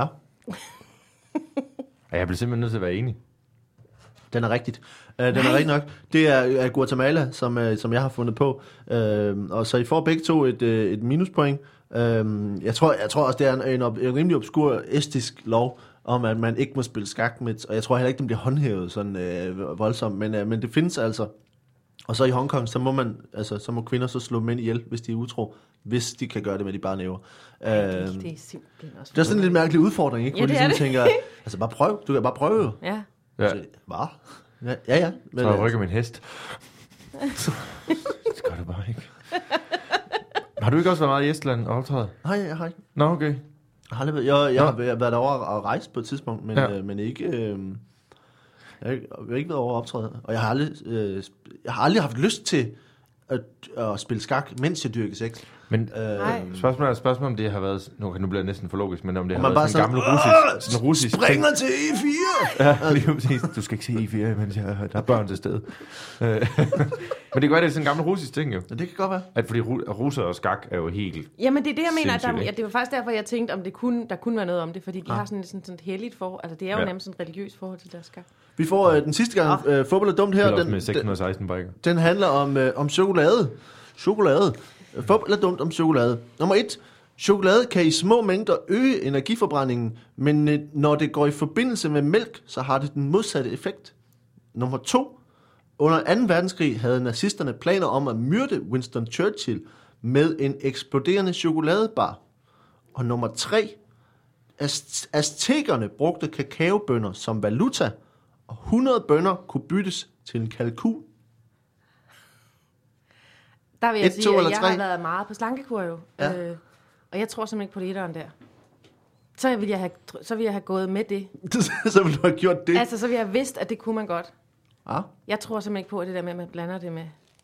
Jeg bliver simpelthen nødt til at være enig. Den er rigtigt. Den er rigtig nok. Det er Guatemala, som jeg har fundet på. Og så I får begge to et minuspoint. Jeg tror også, det er en rimelig obskur estisk lov, om at man ikke må spille skak med, og jeg tror heller ikke, den bliver håndhævet sådan voldsomt, men det findes altså. Og så i Hongkong, så må kvinder så slå mænd ihjel, hvis de er utro, hvis de kan gøre det med de bare næver. Det er simpelthen også. Det er sådan en lidt mærkelig udfordring, ikke? Ja, det er det. Tænker, altså bare prøv. Du kan bare prøve jo. Ja. Så, hvad? Ja. Men, så jeg rykker min hest. Det gør du bare ikke. Har du ikke også været meget i Estland og optrædet? Nej, jeg har ikke. Nå, okay. Jeg har været derovre og rejse på et tidspunkt, men ikke... Jeg har ikke været over at optræde, og jeg har aldrig haft lyst til at spille skak, mens jeg dyrker sex. Men spørgsmålet om det har været... Nu bliver det næsten for logisk, men om det har været sådan en gammel russisk... Springer til E4! Ja, lige præcis. Du skal ikke se E4, mens der er børn til stede. Men det kan være, det er sådan en gammel russisk ting jo. Ja, det kan godt være. At fordi russer og skak er jo helt... Jamen det er det, jeg mener. Det var faktisk derfor, jeg tænkte, om der kunne være noget om det, fordi de har sådan et helligt forhold. Altså det er jo nærmest sådan et religiøst forhold til deres skak. Vi får den sidste gang fodbold er dumt her. Den med 616 brækker. Den handler om chokolade. Fodbold er dumt om chokolade. Nummer 1. Chokolade kan i små mængder øge energiforbrændingen, men når det går i forbindelse med mælk, så har det den modsatte effekt. Nummer 2. Under 2. verdenskrig havde nazisterne planer om at myrde Winston Churchill med en eksploderende chokoladebar. Og nummer 3. Aztekerne brugte kakaobønner som valuta, og 100 bønner kunne byttes til en kalkun. Der vil jeg sige, at jeg har været meget på slankekur jo. Ja. Og jeg tror simpelthen ikke på det etteren der. Så vil jeg have gået med det. Så ville du have gjort det? Altså, så ville jeg have vidst, at det kunne man godt. Ja. Jeg tror simpelthen ikke på, at det der med, at man blander det med...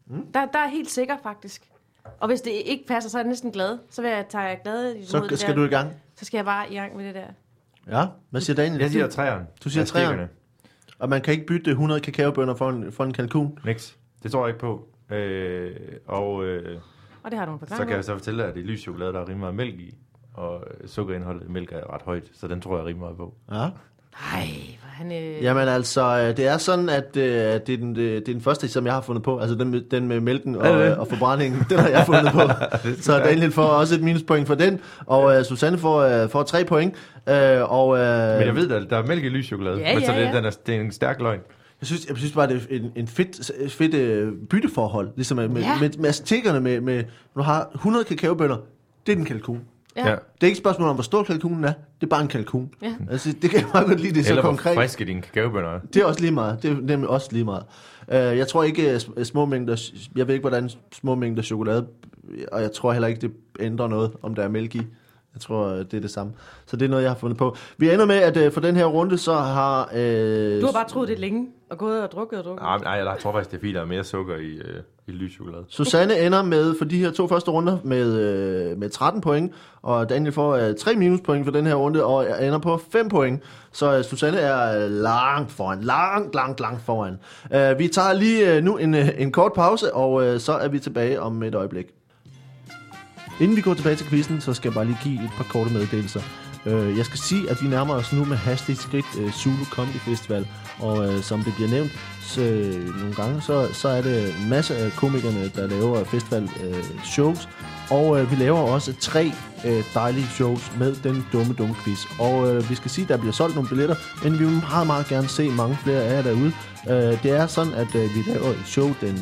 Der er helt sikker, faktisk. Og hvis det ikke passer, så er jeg næsten glad. Så vil jeg tage glad imod Så det skal der. du i gang. Så skal jeg bare i gang med det der. Ja, hvad siger Daniel? Jeg siger træerne. Du siger træerne. Og man kan ikke bytte 100 kakaobønner for en kalkun. Niks. Det tror jeg ikke på. Og det har du en så forklaring kan jeg så fortælle, at det er lys chokolade, der er rimelig meget mælk i. Og sukkerindholdet i mælk er ret højt, så den tror jeg rimelig meget på. Ja. Ej, hvor han... Jamen altså, det er sådan, at det er den første, som jeg har fundet på. Altså den med mælken og forbrændingen, den har jeg fundet på. Så Daniel får også et minuspoint for den, og Susanne får 3 point. Men jeg ved, at der er mælk i lys chokolade, men så det er en stærk løgn. Jeg synes bare, det er en fedt bytteforhold. Ligesom med aztekerne med, du har 100 kakaobønner, det er den kalkun. Ja. Det er ikke et spørgsmål om, hvor stor kalkunen er. Det er bare en kalkun. Ja. Altså, det kan jeg meget godt lide, det er Eller så konkret. hvor friske dine kakaobønner er. Det er også lige meget. Det er nemlig også lige meget. Jeg tror ikke, små mængder... Jeg ved ikke, hvordan små mængder chokolade... Og jeg tror heller ikke, det ændrer noget, om der er mælk i. Jeg tror, det er det samme. Så det er noget, jeg har fundet på. Vi ender med, at for den her runde, så har... Du har bare troet det længe, og gået og drukket. Nej, jeg tror faktisk, det er fint, der er mere sukker i lys chokolade. Susanne ender med, for de her 2 første runder, med 13 point, og Daniel får 3 minuspoint for den her runde, og ender på 5 point. Så Susanne er langt foran. Langt foran. Vi tager lige nu en kort pause, og så er vi tilbage om et øjeblik. Inden vi går tilbage til quizzen, så skal jeg bare lige give et par korte meddelelser. Jeg skal sige, at vi nærmer os nu med hastigt skridt Zulu Comedy Festival, og som det bliver nævnt nogle gange, så er det masser af komikerne, der laver festival shows, og vi laver også 3 dejlige shows med den dumme quiz. Og vi skal sige, at der bliver solgt nogle billetter, men vi vil meget gerne se mange flere af jer derude. Det er sådan, at vi laver et show den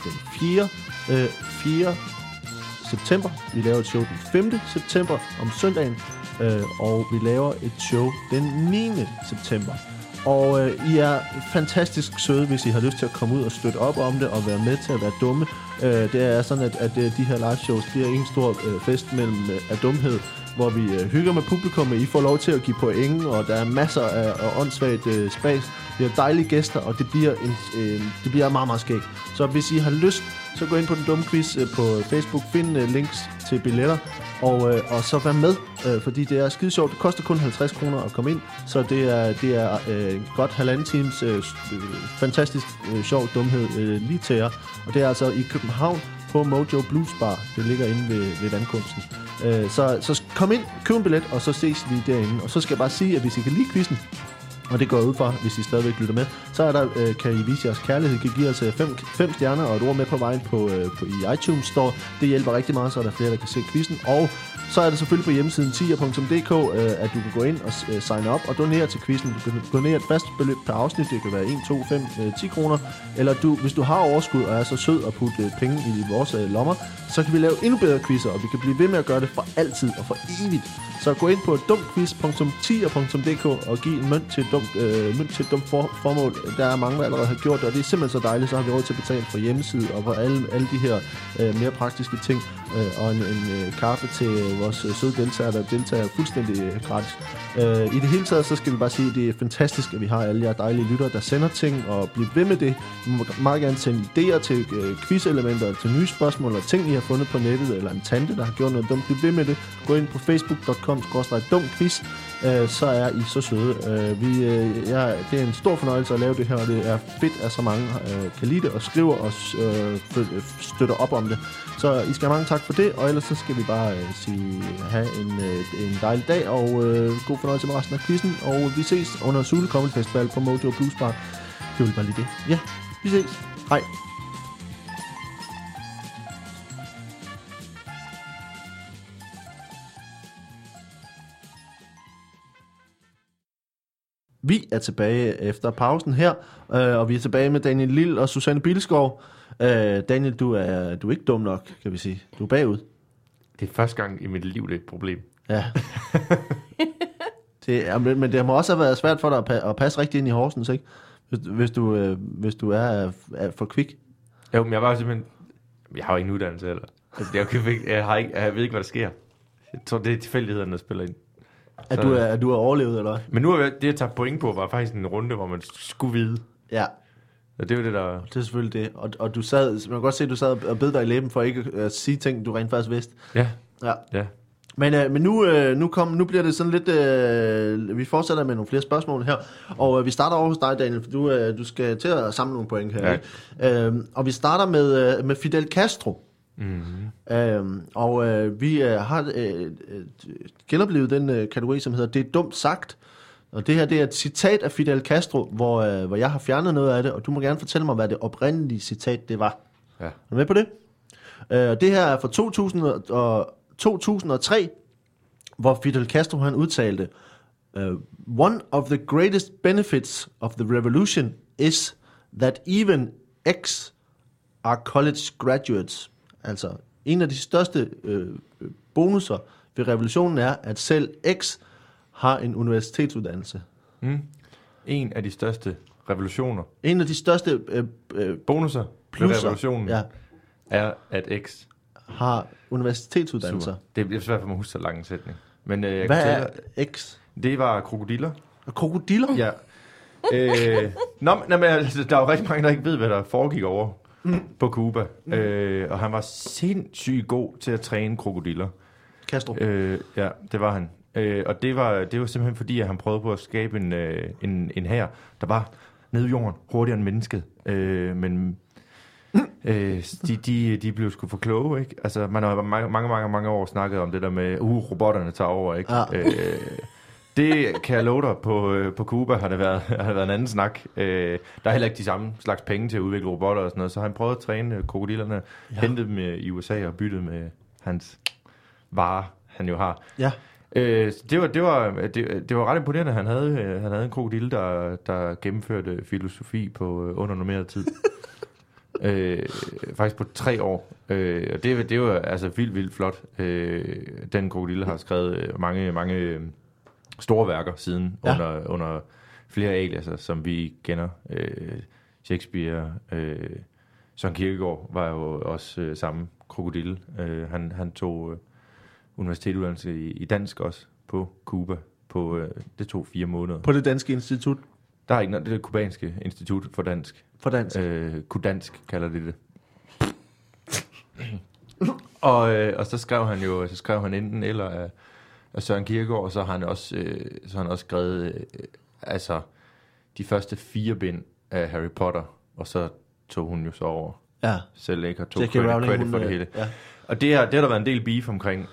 4. september. Vi laver et show den 5. september om søndagen, og vi laver et show den 9. september. Og I er fantastisk søde, hvis I har lyst til at komme ud og støtte op om det og være med til at være dumme. Det er sådan, at de her live shows bliver en stor fest mellem af dumhed, hvor vi hygger med publikum, og I får lov til at give point, og der er masser af åndssvagt spas. Vi har dejlige gæster, og det bliver meget, meget skægt. Så hvis I har lyst, så gå ind på Den Dumme Quiz på Facebook, find links til billetter, og så vær med, fordi det er skide sjovt. Det koster kun 50 kroner at komme ind, så det er en godt 1,5 times fantastisk sjov dumhed lige til jer. Og det er altså i København på Mojo Blues Bar. Det ligger inde ved Vandkunsten. Så kom ind, køb en billet, og så ses vi derinde. Og så skal jeg bare sige, at hvis I kan lide quizzen, og det går ud fra, hvis I stadigvæk lytter med, så er der, kan I vise jeres kærlighed. I kan give os 5 stjerner og et ord med på vejen i iTunes Store. Det hjælper rigtig meget, så er der flere, der kan se quizzen. Og så er det selvfølgelig på hjemmesiden tier.dk, at du kan gå ind og signe op og donere til quizzen. Du kan donere et fast beløb per afsnit. Det kan være 1, 2, 5, 10 kroner. Eller hvis du har overskud og er så sød at putte penge i vores lommer, så kan vi lave endnu bedre quizzer, og vi kan blive ved med at gøre det for altid og for evigt. Så gå ind på dumquiz.tier.dk og giv en mønt til et dumt formål. Der er mange, der allerede har gjort det, og det er simpelthen så dejligt. Så har vi råd til at betale for hjemmeside og for alle de her mere praktiske ting. Og en kaffe til vores søde deltagere, der deltager fuldstændig gratis. I det hele taget, så skal vi bare sige, at det er fantastisk, at vi har alle jer dejlige lyttere, der sender ting, og bliver ved med det. I må meget gerne sende idéer til quizelementer, til nye spørgsmål, og ting, I har fundet på nettet, eller en tante, der har gjort noget dumt. Bliv ved med det. Gå ind på facebook.com/dumquiz, så er I så søde. Det er en stor fornøjelse at lave det her, og det er fedt, at så mange kan lide det, og skriver og støtter op om det. Så I skal have mange tak for det, og ellers så skal vi bare have en dejlig dag, og god fornøjelse med resten af quizzen, og vi ses under Zulu Comedy Festival på Mojo Blues Bar. Det vil bare lige det. Ja, vi ses. Hej. Vi er tilbage efter pausen her, og vi er tilbage med Daniel Lille og Susanne Bilskov. Daniel, du er ikke dum nok, kan vi sige. Du er bagud. Det er første gang i mit liv, det er et problem. Ja. Men det må også have været svært for dig at passe rigtig ind i Horsens, ikke? Hvis du er for kvik. Jo, men jeg var simpelthen... Jeg har jo ingen uddannelse heller. Altså, jeg ved ikke, hvad der sker. Jeg tror, det er tilfældighederne, der spiller ind. At du er overlevet, eller? Men nu er det, jeg tager point på, var faktisk en runde, hvor man skulle vide. Ja. Og det er jo det, der... Det er selvfølgelig det. Og du sad, man kan godt se, at du sad og bed dig i læben for ikke at sige ting, du rent faktisk vidste. Ja. Ja. Ja. Men nu bliver det sådan lidt... vi fortsætter med nogle flere spørgsmål her. Og vi starter over hos dig, Daniel, for du skal til at samle nogle point her. Ja. Ikke? Og vi starter med Fidel Castro. Mm-hmm. Vi har genoplevet den kategori, som hedder Det er dumt sagt. Og det her, det er et citat af Fidel Castro, hvor jeg har fjernet noget af det, og du må gerne fortælle mig, hvad det oprindelige citat det var. Ja. Er du med på det? Det her er fra 2003, hvor Fidel Castro han udtalte, One of the greatest benefits of the revolution is that even X are college graduates. Altså, en af de største bonusser ved revolutionen er, at selv X har en universitetsuddannelse. En af de største revolutioner. En af de største bonusser ved revolutionen er, at X har universitetsuddannelser. Super. Det bliver svært for mig at huske så lang en sætning. Men, hvad er X? Det var krokodiller. Krokodiller? Ja. Men altså, der er jo rigtig mange, der ikke ved, hvad der foregik over på Cuba. Og han var sindssygt god til at træne krokodiller. Castro? Ja, det var han. Og det var simpelthen fordi, at han prøvede på at skabe en hær, der var nede i jorden hurtigere end mennesket. Men de blev sgu for kloge, ikke? Altså, man har mange år snakket om det der med, robotterne tager over, ikke? Ja. Det kan jeg love dig, på Cuba har det været en anden snak. Der er heller ikke de samme slags penge til at udvikle robotter og sådan noget, så han prøvede at træne krokodillerne, hente dem i USA og bytte med hans varer, han jo har. Ja. Det var ret imponerende, han havde en krokodille, der gennemførte filosofi på under normeret tid. Faktisk på 3 år. Og det var altså vildt flot. Den krokodille har skrevet mange store værker siden, under flere aliaser, som vi kender. Shakespeare, Søren Kierkegaard var jo også samme krokodille. Han tog universitetsuddannelse i dansk også på Cuba. Det tog 4 måneder. På det danske institut? Der er ikke noget, det er det kubanske institut for dansk. For dansk? Kudansk kalder det. Og så skrev han enten eller af Søren Kierkegaard, og så har han også skrevet altså de første 4 bind af Harry Potter, og så tog hun jo så over. Ja. Selv ikke har tog credit for det hele. Ja. Og det har der været en del beef omkring,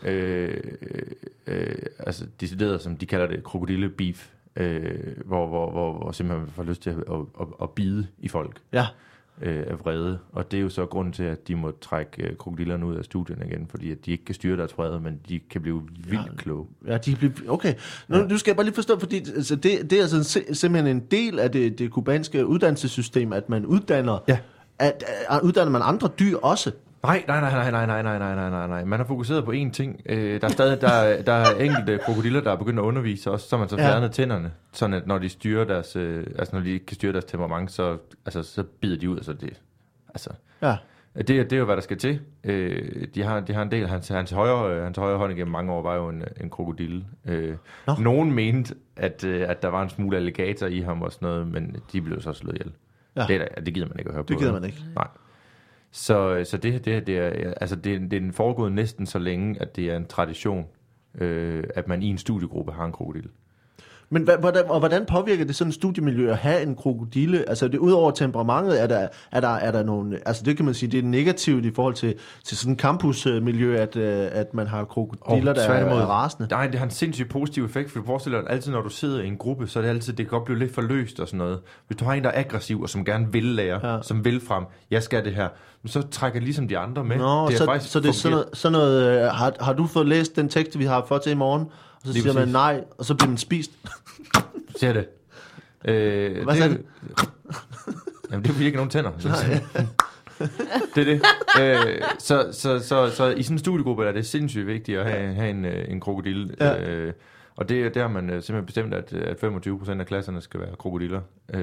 altså decideret, som de kalder det, krokodille beef, hvor simpelthen man får lyst til at bide i folk af vrede. Og det er jo så grunden til, at de må trække krokodillerne ud af studien igen, fordi at de ikke kan styre deres vrede, men de kan blive vildt kloge. Ja, de bliver... Okay. Nu skal jeg bare lige forstå, fordi altså, det er altså simpelthen en del af det kubanske uddannelsessystem, at man uddanner... Ja. Uddanner man andre dyr også? Nej. Man har fokuseret på én ting. Der er enkelte krokodiller, der er begyndt at undervise også, så man så fjernet tænderne, sådan at når de styrer deres, altså når de ikke kan styre deres temperament, så bider de ud. Altså det, altså. Ja. Det er jo hvad der skal til. De har en del. Hans højre hånd igennem mange år var jo en krokodille. Nogen mente, at der var en smule alligator i ham og sådan noget, men de blev så slået ihjel. Ja. Det gider man ikke at høre på. Det gider man ikke. Nej. Så det er foregået næsten så længe, at det er en tradition, at man i en studiegruppe har en krokodille. Men hvordan påvirker det sådan et studiemiljø at have en krokodille? Altså det udover temperamentet, er der nogle, altså det kan man sige, det er negativt i forhold til sådan et campusmiljø, at man har krokodiller, der er rasende. Nej, det har en sindssygt positiv effekt, for du forestiller dig altid, når du sidder i en gruppe, så er det altid, det kan godt blive lidt forløst og sådan noget. Hvis du har en, der er aggressiv og som gerne vil lære, som vil frem, jeg skal det her, så trækker ligesom de andre med. Nå, det er så det er sådan noget har du fået læst den tekst, vi har fået til i morgen? Og så siger man nej, og så bliver man spist. Ser det. Hvad sagde du? Jamen, det er ikke nogen tænder. Det er det. Så i sådan en studiegruppe er det sindssygt vigtigt at have en krokodille. Ja. Og det har man simpelthen bestemt, at 25% af klasserne skal være krokodiller.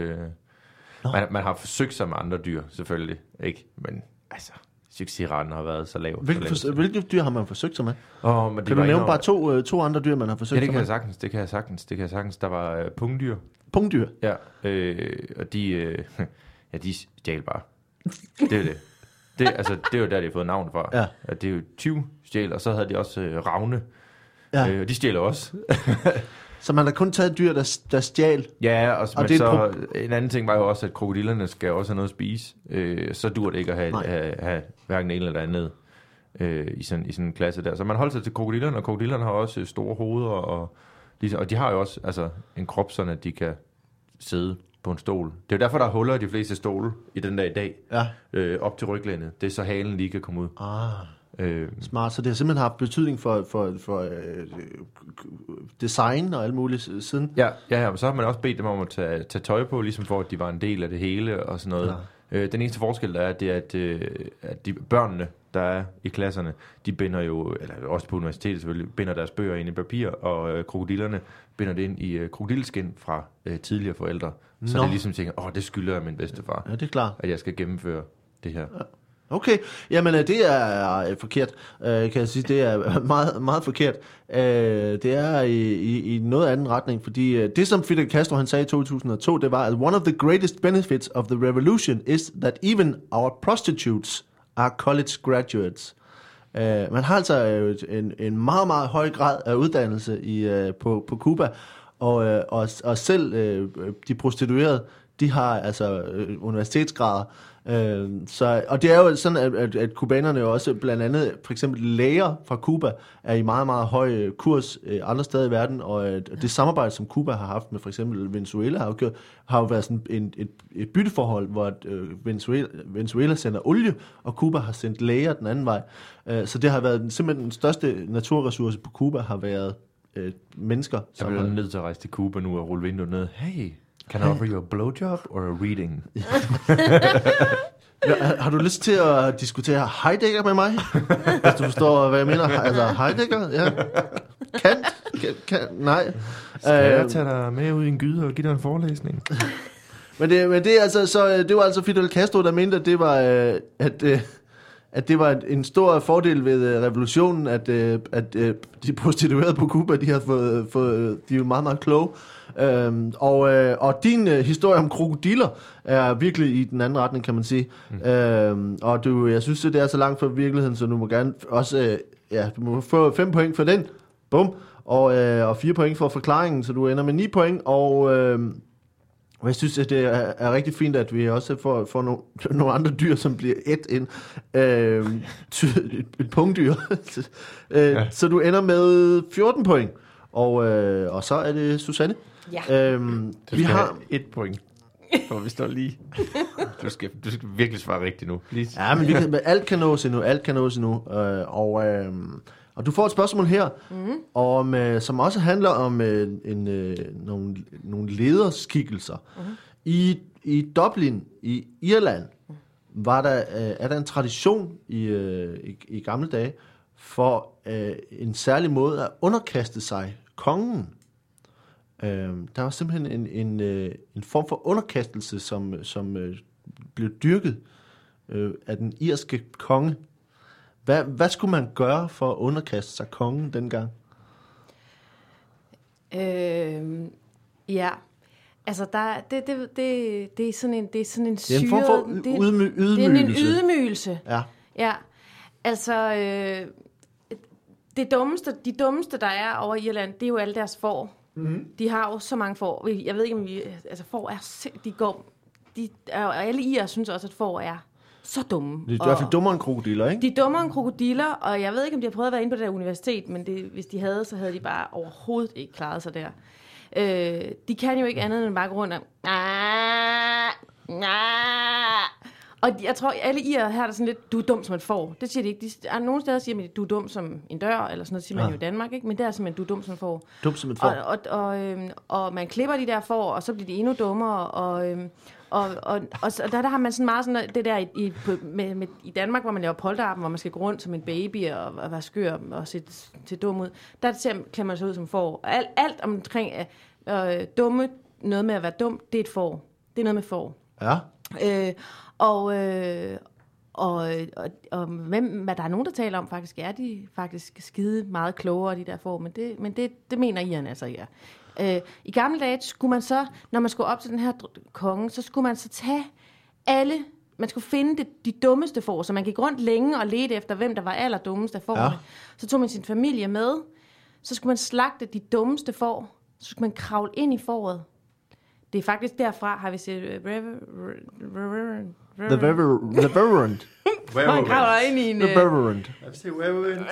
Man har forsøgt sig med andre dyr, selvfølgelig. Ikke? Men altså... Succesraten har været så lav. Hvilke dyr har man forsøgt sig med? Kan du nævne bare to andre dyr, man har forsøgt sig med? Det kan jeg sagtens. Der var pungdyr. Pungdyr? Ja. Og Ja, de stjal bare. Det er det. Det er jo der, de har fået navn fra. Ja. Det er jo 20 stjæl, og så havde de også ravne. Ja. Og de stjæler også. Så man har kun taget dyr, der stjal. Ja, og det så en anden ting var jo også, at krokodillerne skal også have noget at spise. Så dur det ikke at have hverken en eller det andet i sådan en klasse der. Så man holder sig til krokodillerne, og krokodillerne har også store hoveder, og de har jo også altså, en krop, sådan at de kan sidde på en stol. Det er jo derfor, der er huller i de fleste stole i den der i dag. Ja. Op til ryglænet. Det er så halen lige kan komme ud. Smart, så det har simpelthen haft betydning for design og alt muligt siden. Ja, men så har man også bedt dem om at tage tøj på, ligesom for at de var en del af det hele og sådan noget. Ja. Den eneste forskel, der er, det er, at de børnene, der er i klasserne, de binder jo, eller også på universitetet selvfølgelig, binder deres bøger ind i papir, og krokodillerne binder det ind i krokodilskin fra tidligere forældre. Så det er ligesom tænker, det skylder jeg min bedstefar. Ja, det er klart. At jeg skal gennemføre det her. Ja. Okay, jamen det er forkert, kan jeg sige. Det er meget, meget forkert. Det er i noget anden retning, fordi det som Fidel Castro han sagde i 2002, det var, at one of the greatest benefits of the revolution is that even our prostitutes are college graduates. Man har altså en meget, meget høj grad af uddannelse på Cuba, og selv de prostituerede, de har altså universitetsgrader. Og det er jo sådan, at kubanerne jo også, blandt andet for eksempel læger fra Cuba, er i meget, meget høj kurs andre steder i verden, og det samarbejde, som Cuba har haft med for eksempel Venezuela, har jo været sådan et bytteforhold, hvor Venezuela sender olie, og Cuba har sendt læger den anden vej. Så det har været simpelthen den største naturressource på Cuba, har været mennesker. Jeg bliver nødt til at rejse til Cuba nu og rulle vinduet ned. Hey, can I offer you a blowjob or a reading? Har du lyst til at diskutere Heidegger med mig? Hvis du forstår, hvad jeg mener. Altså Heidegger, ja. Kant? Nej. Skal jeg tage dig med ud i en gyde og give dig en forelæsning? Men det er altså, så det var altså Fidel Castro, der mente, at det var, at det var en stor fordel ved revolutionen, at de prostituerede på Cuba, de har fået de er jo meget, meget kloge. Og din historie om krokodiller er virkelig i den anden retning, kan man sige. Og jeg synes, det er så langt fra virkeligheden, så du må gerne også, du må få 5 point for den. Bum. Og 4 point for forklaringen, så du ender med 9 point. Og jeg synes, at det er rigtig fint, at vi også får nogle andre dyr, som bliver ind. Et pungdyr. Så du ender med 14 point. Og så er det Susanne. Ja. Vi har 1 point. For vi står lige. Du skal virkelig svare rigtigt nu. Please. Ja, men alt kan nås endnu. Og du får et spørgsmål her, som også handler om nogle lederskikkelser. I Dublin, i Irland, er der en tradition i gamle dage for en særlig måde at underkaste sig kongen. Der var simpelthen en form for underkastelse, som blev dyrket af den irske konge. Hvad skulle man gøre for at underkaste sig kongen dengang? Ja, altså det er sådan en syret... Det er en form for ydmygelse. Det er en ydmygelse. Ja. Altså de dummeste der er over i Irland, det er jo alle deres får. Mm-hmm. De har jo så mange får. Jeg ved ikke om får er alle irer synes også at får er så dumme. Det er i hvert fald dummere end krokodiller, ikke? De er dummere end krokodiller, og jeg ved ikke om de har prøvet at være inde på det der universitet, men hvis de havde, så havde de bare overhovedet ikke klaret sig der. De kan jo ikke andet end bare gå rundt og og jeg tror, alle irer her er der sådan lidt, du er dum som et får. Det siger de ikke. Nogle steder siger man, du er dum som en dør, eller sådan noget, siger man jo i Danmark, ikke? Men det er simpelthen, du er dum som et får. Dum som et får. Og man klipper de der får, og så bliver de endnu dummere, og der har man sådan meget sådan det der i Danmark, hvor man laver polterappen, hvor man skal gå rundt som en baby og være skør og se dum ud. Der klæder man sig ud som får. Og alt omkring dumme, noget med at være dum, det er et får. Det er noget med får. Ja. Hvad der er nogen, der taler om, faktisk er de faktisk skide meget klogere, de der får, men det mener irerne altså, ja. I gamle dage skulle man så, når man skulle op til den her konge, så skulle man så tage man skulle finde de dummeste får, så man gik rundt længe og ledte efter, hvem der var allerdummest af fårene. Ja. Så tog man sin familie med, så skulle man slagte de dummeste får, så skulle man kravle ind i fåret. Det er faktisk derfra, har vi set Reverend. Man kravler ind i en... Reverend. Jeg vil se Reverend.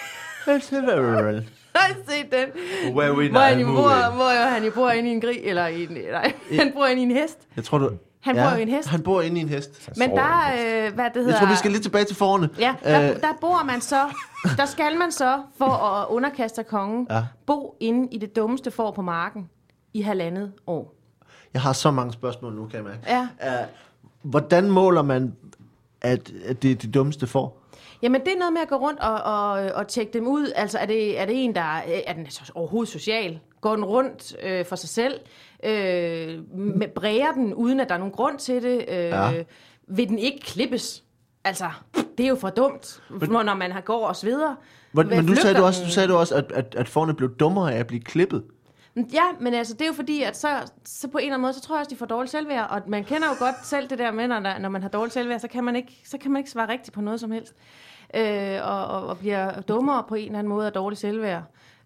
Har I set den? Hvor han bor inde i en gris, eller han bor inde i en hest. Jeg tror, han bor i en hest. Han bor inde i en hest. Men der, hvad det hedder... Jeg tror, vi skal lidt tilbage til forne. Ja, der bor man så... Der skal man så, for at underkaste kongen, bo inde i det dummeste får på marken i 1,5 år. Jeg har så mange spørgsmål nu, kan jeg mærke. Ja. Hvordan måler man, at det er det dummeste får? Jamen, det er noget med at gå rundt og tjekke dem ud. Altså, er det en, der er den overhovedet social? Går den rundt for sig selv? Bræger den, uden at der er nogen grund til det? Vil den ikke klippes? Altså, det er jo for dumt, når man går og sveder. Men du sagde du også, at fårene blev dummere af at blive klippet. Ja, men altså, det er jo fordi, at så på en eller anden måde, så tror jeg også, de får dårligt selvværd. Og man kender jo godt selv det der med, når man har dårligt selvværd, så kan man ikke svare rigtigt på noget som helst. Og bliver dummere på en eller anden måde af dårligt selvværd.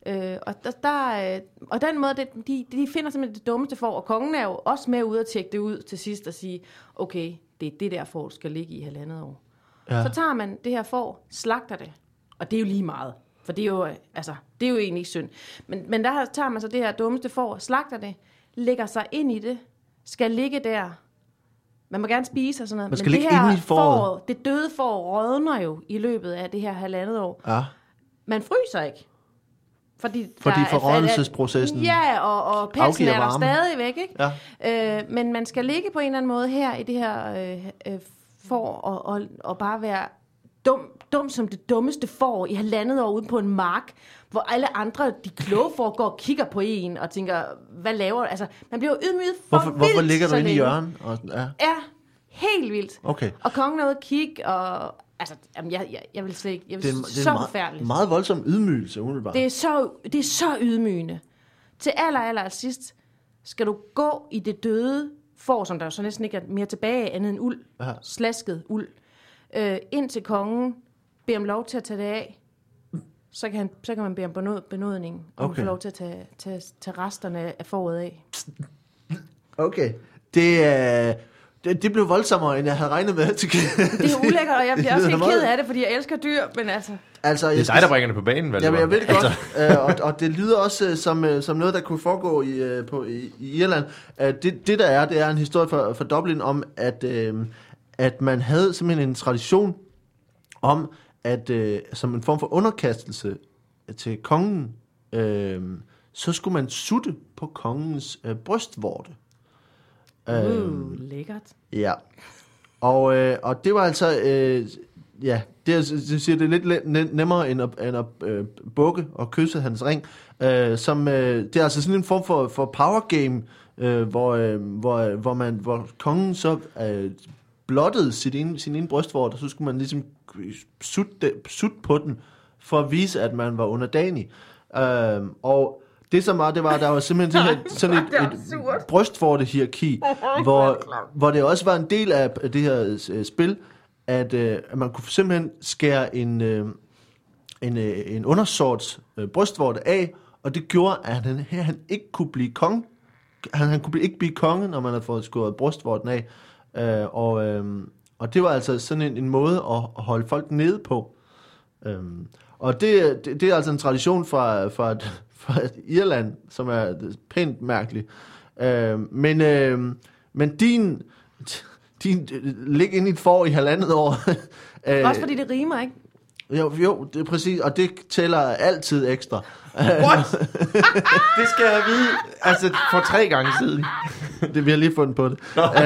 Og den måde, de finder simpelthen det dummeste får, og kongen er jo også med ude at tjekke det ud til sidst og sige, okay, det er det der får, skal ligge i 1,5 år. Ja. Så tager man det her får, slagter det, og det er jo lige meget. For det er jo, det er jo egentlig ikke synd. Men der tager man så det her dummeste får, slagter det, lægger sig ind i det, skal ligge der. Man må gerne spise og sådan noget. Man skal ligge inde i fåret. Det døde får rådner jo i løbet af det her 1,5 år. Ja. Man fryser ikke. Fordi forrådnelsesprocessen. Ja, og pelsen er der stadigvæk, ikke? Ja. Men man skal ligge på en eller anden måde her i det her får og bare være dum som det dummeste får i 1,5 år ude på en mark, hvor alle andre, de kloge får, går og kigger på en og tænker, hvad laver du? Altså, man bliver jo ydmyget for vildt. Hvorfor ligger du inde i hjørnet? Ja, helt vildt. Okay. Og kongen er ude og kigge, og altså, jeg vil slet ikke, det er så forfærdeligt. Meget voldsom ydmygelse, umiddelbart. Det er så ydmygende. Til aller sidst skal du gå i det døde får, som der jo så næsten ikke er mere tilbage andet end uld, slasket uld, ind til kongen, bede om lov til at tage det af, så kan man bede om benådning, og få lov til at tage resterne af fåret af. Okay. Det blev voldsommere, end jeg havde regnet med. Det er ulækkert, og jeg bliver også helt ked af det, fordi jeg elsker dyr, men altså... Det er dig, der bringer det på banen, vel? Jamen, jeg ved det godt, og det lyder også som noget, der kunne foregå i Irland. Det er en historie fra Dublin om, at man havde simpelthen en tradition om, at som en form for underkastelse til kongen, så skulle man sutte på kongens brystvorte. Lækkert. Ja. Og det var altså... det siger det lidt nemmere end at bukke og kysse hans ring. Det er altså sådan en form for power game, hvor kongen så blottede sin ene brystvort, og så skulle man ligesom sutte på den for at vise, at man var underdanig. Og det som var, der var simpelthen sådan et brystvorte-hierarki, hvor det også var en del af det her spil, at man kunne simpelthen skære en undersorts brystvorte af, og det gjorde, at han ikke kunne blive konge. Han kunne ikke blive konge, når man havde fået skåret brystvorten af. Og det var altså sådan en måde at holde folk nede på. Og det er altså en tradition fra Irland, som er pænt mærkelig. Men din ligge inde i et får i 1,5 år. Også fordi det rimer, ikke? Jo, det er præcis, og det tæller altid ekstra. What? Det skal jeg vide. Altså, for 3 gange siden. Det vi har lige fundet på det.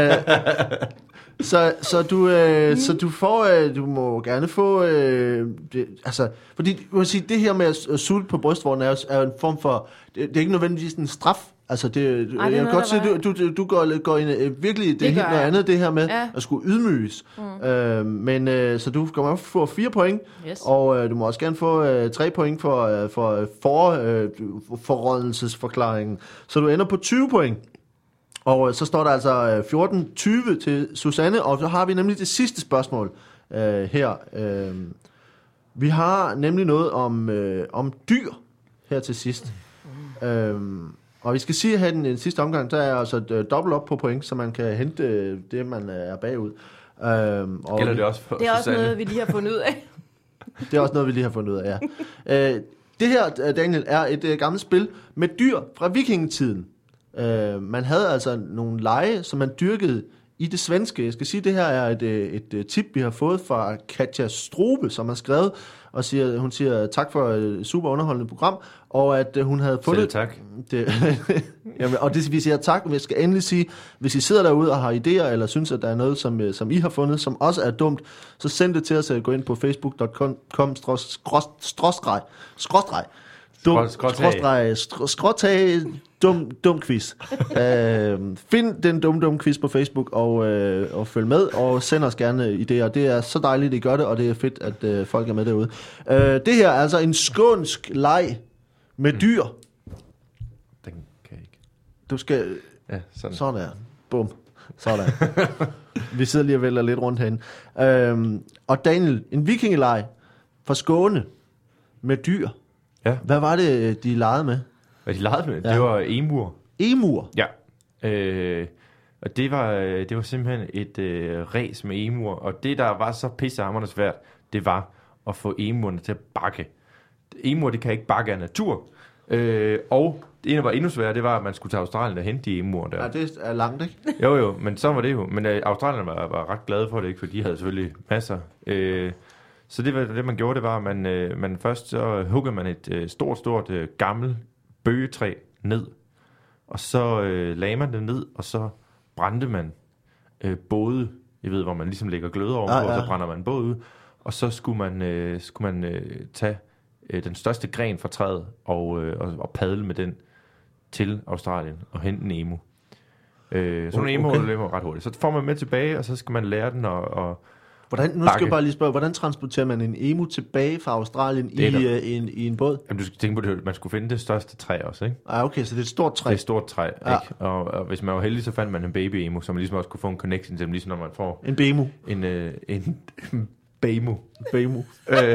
Så du får, du må gerne få, fordi du må sige, det her med at sulte på brystvorten er en form for, det er ikke nødvendigvis en straf. Altså jeg kan godt se, du går ind virkelig, det er helt noget andet det her med at skulle ydmyges. Så du kommer også få 4 point, og du må også gerne få 3 point for forrådelsesforklaringen. Så du ender på 20 point. Og så står der altså 14-20 til Susanne, og så har vi nemlig det sidste spørgsmål her. Vi har nemlig noget om dyr her til sidst. Og vi skal sige her den sidste omgang, der er altså dobbelt op på point, så man kan hente det, man er bagud. Og gælder det også for Det er også Susanne? noget, vi lige har fundet ud af. Det er også noget, vi lige har fundet ud af, ja. Det her, Daniel, er et gammelt spil med dyr fra vikingetiden. Man havde altså nogle lege, som man dyrkede i det svenske. Jeg skal sige, at det her er et tip, vi har fået fra Katja Strobe, som har skrevet, og hun siger tak for et super underholdende program, og at hun havde fundet... Selv tak. Jamen, og det vi siger tak, vi skal endelig sige, hvis I sidder derude og har idéer, eller synes, at der er noget, som I har fundet, som også er dumt, så send det til os at gå ind på facebook.com/skråstreg dum quiz. Find den dum quiz på Facebook og følg med, og send os gerne idéer. Det er så dejligt, at I gør det, og det er fedt, at folk er med derude. Det her er altså en skånsk leg med dyr. Den kan jeg ikke. Du skal... Ja, sådan. Sådan der. Bum. Sådan. Vi sidder lige og vælger lidt rundt herinde. Og Daniel, en vikingeleg fra Skåne med dyr. Ja. Hvad var det, de legede med? Hvad de legede med? Ja. Det var emur. Emur? Ja. Og det var simpelthen et ræs med emur. Og det, der var så pissehammerende svært, det var at få emurerne til at bakke. Emur, det kan ikke bakke af natur. Og det ene, der var endnu sværere, det var, at man skulle til Australien og hente de emuer der. Ja, det er langt, ikke? Jo, men så var det jo. Men australierne var ret glade for det, ikke? For de havde selvfølgelig masser. Så det man gjorde, det var, at man først så huggede man et stort gammelt bøgetræ ned. Og så lagde man det ned, og så brændte man både, jeg ved, hvor man ligesom lægger gløder over, og så brænder man både ud. Og så skulle man tage den største gren fra træet og padle med den til Australien og hente en emu. Sådan en emu løber ret hurtigt. Så får man med tilbage, og så skal man lære den Nu skal jeg bare lige spørge, hvordan transporterer man en emu tilbage fra Australien i en båd? Jamen, du skal tænke på det, man skulle finde det største træ også, ikke? Okay, så det er et stort træ. Det er et stort træ, ja. Ikke? Og hvis man var heldig, så fandt man en baby-emu, så man ligesom også kunne få en connection til dem, ligesom når man får... En bemu. En bemu. Bemu.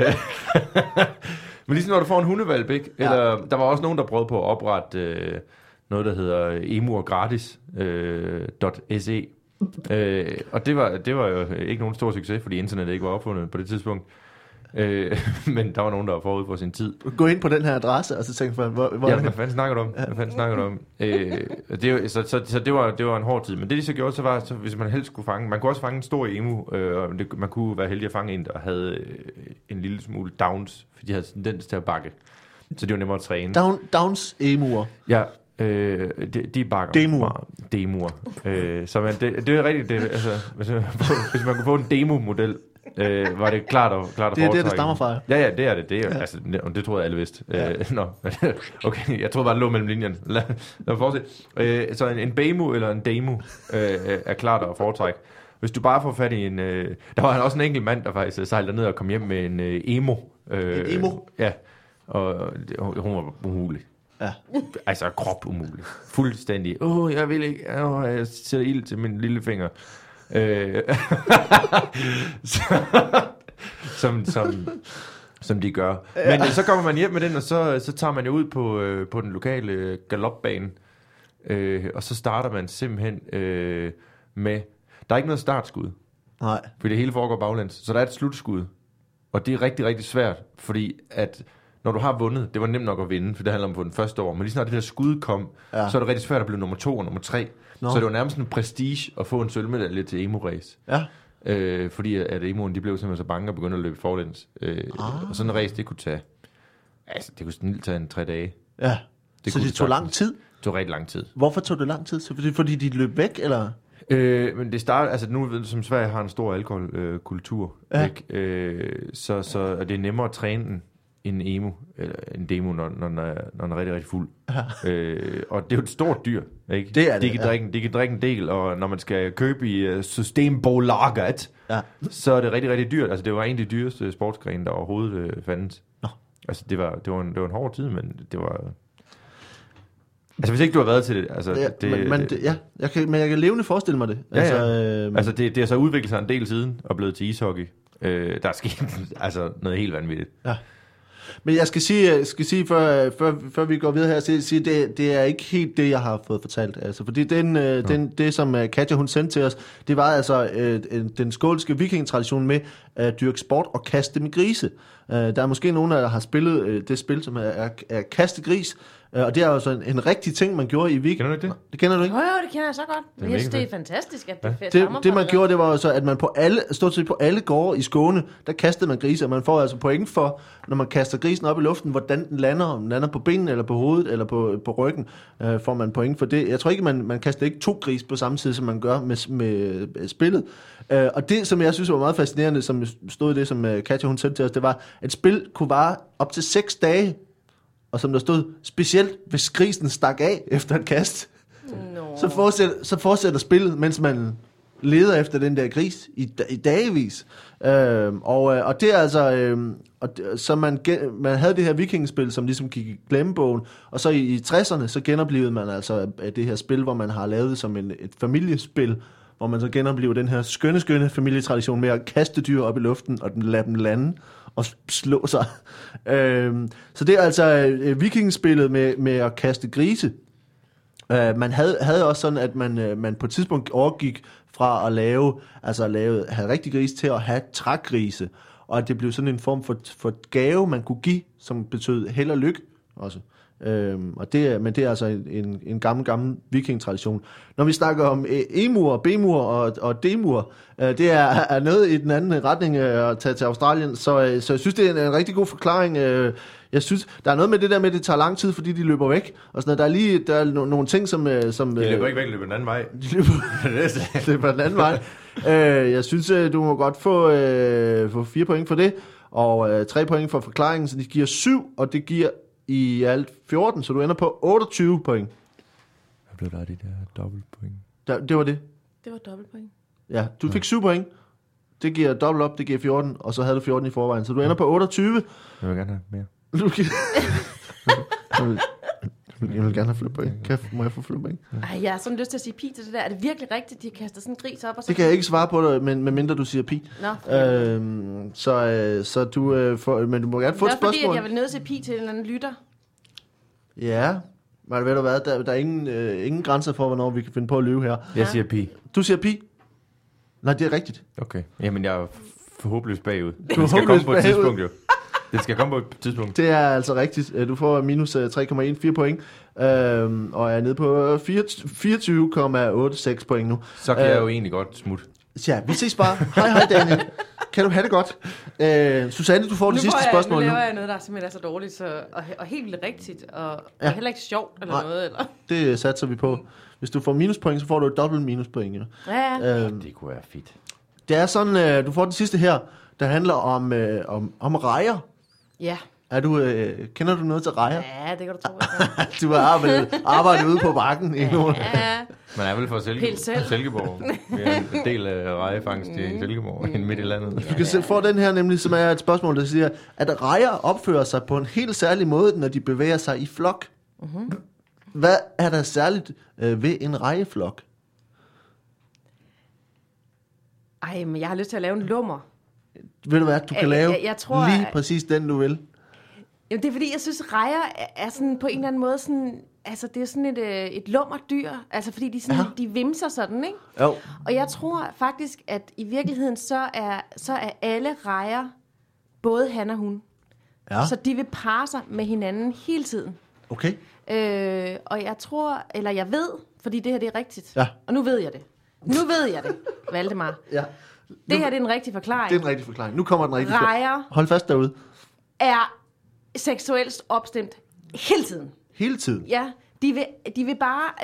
Men ligesom når du får en hundevalp, ikke? Eller, der var også nogen, der prøvede på at oprette noget, der hedder emurgratis.se. Og det var jo ikke nogen stor succes, fordi internettet ikke var opfundet på det tidspunkt. Men der var nogen, der var forud for sin tid. Gå ind på den her adresse, og så tænk på, hvor hvad fanden snakker du om? Det var en hård tid. Men det de så gjorde, så var, så hvis man helst skulle fange... Man kunne også fange en stor emu, og man kunne være heldig at fange en, der havde en lille smule downs, fordi de havde tendens til at bakke. Så det var nemmere at træne. Downs emuer. Ja. De bakker. Demuer. Så det er rigtigt. Altså, hvis man kunne få en demo-model, var det klart at Det er det, der stammer fra. Ja, det er det. Det, altså, det troede jeg alle vidste. Okay, jeg troede bare, det lå mellem linjerne. Lad mig fortsætte. Så en bemu eller en demo er klart at foretrække. Hvis du bare får fat i en... der var også en enkelt mand, der faktisk sejlede ned og kom hjem med en emo. En emo? Ja, og hun var umulig. Ja. Altså krop umulig. Fuldstændig. Jeg vil ikke. Jeg sætter ild til min lille finger. Som de gør. Men så kommer man hjem med den, og så tager man jo ud på den lokale galopbane. Og så starter man simpelthen med... Der er ikke noget startskud. Nej. For det hele foregår baglæns. Så der er et slutskud. Og det er rigtig, rigtig svært, fordi at... Når du har vundet, det var nemt nok at vinde, for det handler om på den første år. Men lige snart det der skud kom, så er det rigtig svært at blive nummer 2 og nummer 3. Så det var nærmest en prestige at få en sølvmedalje til emo-race. Ja. Fordi at emoen, de blev simpelthen så bange og begyndte at løbe forlæns. Og sådan en race, det kunne tage... Altså, det kunne snilt tage 3 dage. Ja, så det tog lang tid? Det tog rigtig lang tid. Hvorfor tog det lang tid? Fordi de løb væk, eller... Men det starter, altså nu ved du, som Sverige har en stor alkoholkultur, så det er nemmere at træne en emu, eller en demo, når den er rigtig, rigtig fuld. Ja. Og det er jo et stort dyr, ikke? Det er det, de kan drikke en del, og når man skal købe i Systembolaget, så er det rigtig, rigtig dyrt. Altså, det var en af de dyreste sportsgrene, der overhovedet fandtes. Altså, det var en hård tid, men det var... Altså, hvis ikke du har været til det, altså... Jeg kan levende forestille mig det. Ja, altså, det er så udviklet sig en del siden, og blevet til ishockey. Der er sket altså noget helt vanvittigt. Ja. Men jeg skal sige før vi går videre her, sige det er ikke helt det, jeg har fået fortalt. Altså, fordi det, som Katja hun sendte til os, det var altså den skålske viking-tradition med at dyrke sport og kaste med grise. Der er måske nogen, der har spillet det spil, som er kaste gris. Og det er jo så en rigtig ting, man gjorde i weekend. Kender du ikke det? Det kender du ikke? Jo, det kender jeg så godt. Jeg synes, det er fantastisk, at det man gjorde, det var jo så, at man stort set på alle gårde i Skåne, der kastede man grise, og man får altså point for, når man kaster grisen op i luften, hvordan den lander, om den lander på benene, eller på hovedet, eller på ryggen, får man point for det. Jeg tror ikke, man kaster ikke 2 gris på samme tid, som man gør med spillet. Og det, som jeg synes var meget fascinerende, som stod i det, som Katja hun sendte til os, det var, at spil kunne vare op til 6 dage, og som der stod, specielt hvis grisen stak af efter et kast, så fortsætter spillet, mens man leder efter den der gris i dagevis. Og det er altså... så man havde det her vikingespil, som ligesom gik i glemmebogen, og så i 60'erne, så genoplevede man altså det her spil, hvor man har lavet det som et familiespil, hvor man så genoplever den her skønne familietradition med at kaste dyr op i luften, og lade dem lande og slå sig. Så det er altså vikingspillet med at kaste grise. Man havde også sådan, at man på et tidspunkt overgik fra at have rigtig grise til at have trækgrise, og at det blev sådan en form for gave, man kunne give, som betød held og lykke også. Men det er altså en gammel viking-tradition. Når vi snakker om emur, bemur og demur, det er noget i den anden retning at tage til Australien, så jeg synes, det er en rigtig god forklaring. Jeg synes, der er noget med det der med, at det tager lang tid, fordi de løber væk. Og sådan noget. Der er nogle ting, som... De løber ikke væk, de løber den anden vej. De løber den anden vej. Jeg synes, du må godt få 4 point for det, og 3 point for forklaringen, så de giver 7, og det giver i alt 14, så du ender på 28 point. Hvad blev der af de der dobbeltpoint? Det var det. Det var dobbeltpoint. Ja, du fik 7 point. Det giver dobbelt op, det giver 14, og så havde du 14 i forvejen. Så du ender på 28. Jeg vil gerne have mere. Jeg vil gerne have flere point. Må jeg få flere point? Ej, jeg har sådan lyst til at sige pi til det der. Er det virkelig rigtigt, de kaster sådan en gris op? Og så... Det kan jeg ikke svare på dig, men mindre du siger pi. Nå. Så du får... Men du må gerne få et spørgsmål. Det er fordi, at jeg vil ned og sige pi til en eller anden lytter. Ja, men ved du hvad? Der er ingen grænser for, hvornår vi kan finde på at lyve her. Jeg siger pi. Du siger pi? Nej, det er rigtigt. Okay. Jamen, jeg er forhåbentlig bagud. Det skal komme på et tidspunkt, jo. Det skal komme på et tidspunkt. Det er altså rigtigt. Du får minus 3,14 point, og er nede på 24,86 point nu. Så kan jeg jo egentlig godt smutte. Ja, vi ses bare. Hej Daniel. Kan du have det godt? Susanne, du får det sidste spørgsmål nu. Nu laver jeg noget, der simpelthen er så dårligt, og helt vildt rigtigt, og heller ikke sjovt eller noget. Eller? Det satser vi på. Hvis du får minuspoint, så får du et dobbelt minuspoint. Ja. Det kunne være fedt. Det er sådan, du får den sidste her, der handler om rejer. Ja. Kender du noget til rejer? Ja, det kan du tro. Du har arbejdet ude på bakken i nogle... Ja. Man er vel fra Silkeborg. Vi er en del af rejefangst i Silkeborg, midt i landet. Du kan få den her nemlig, som er et spørgsmål, der siger, at rejer opfører sig på en helt særlig måde, når de bevæger sig i flok. Mm-hmm. Hvad er der særligt ved en rejeflok? Ej, men jeg har lyst til at lave en lummer. Ved du hvad, du kan lave jeg tror, lige præcis den, du vil. Jamen, det er fordi, jeg synes, rejer er sådan på en eller anden måde sådan... Altså, det er sådan et lummerdyr. Altså, fordi de vimser sådan, ikke? Jo. Og jeg tror faktisk, at i virkeligheden, så er alle rejer både han og hun. Ja. Så de vil parre sig med hinanden hele tiden. Okay. Og jeg tror, eller jeg ved, fordi det her det er rigtigt. Ja. Og nu ved jeg det, Valdemar. Ja. Det her det er en rigtig forklaring. Det er en rigtig forklaring. Nu kommer den rigtig forklaring. Rejer hold fast derude. Er seksuelt opstemt hele tiden. Hele tiden? Ja, de vil bare,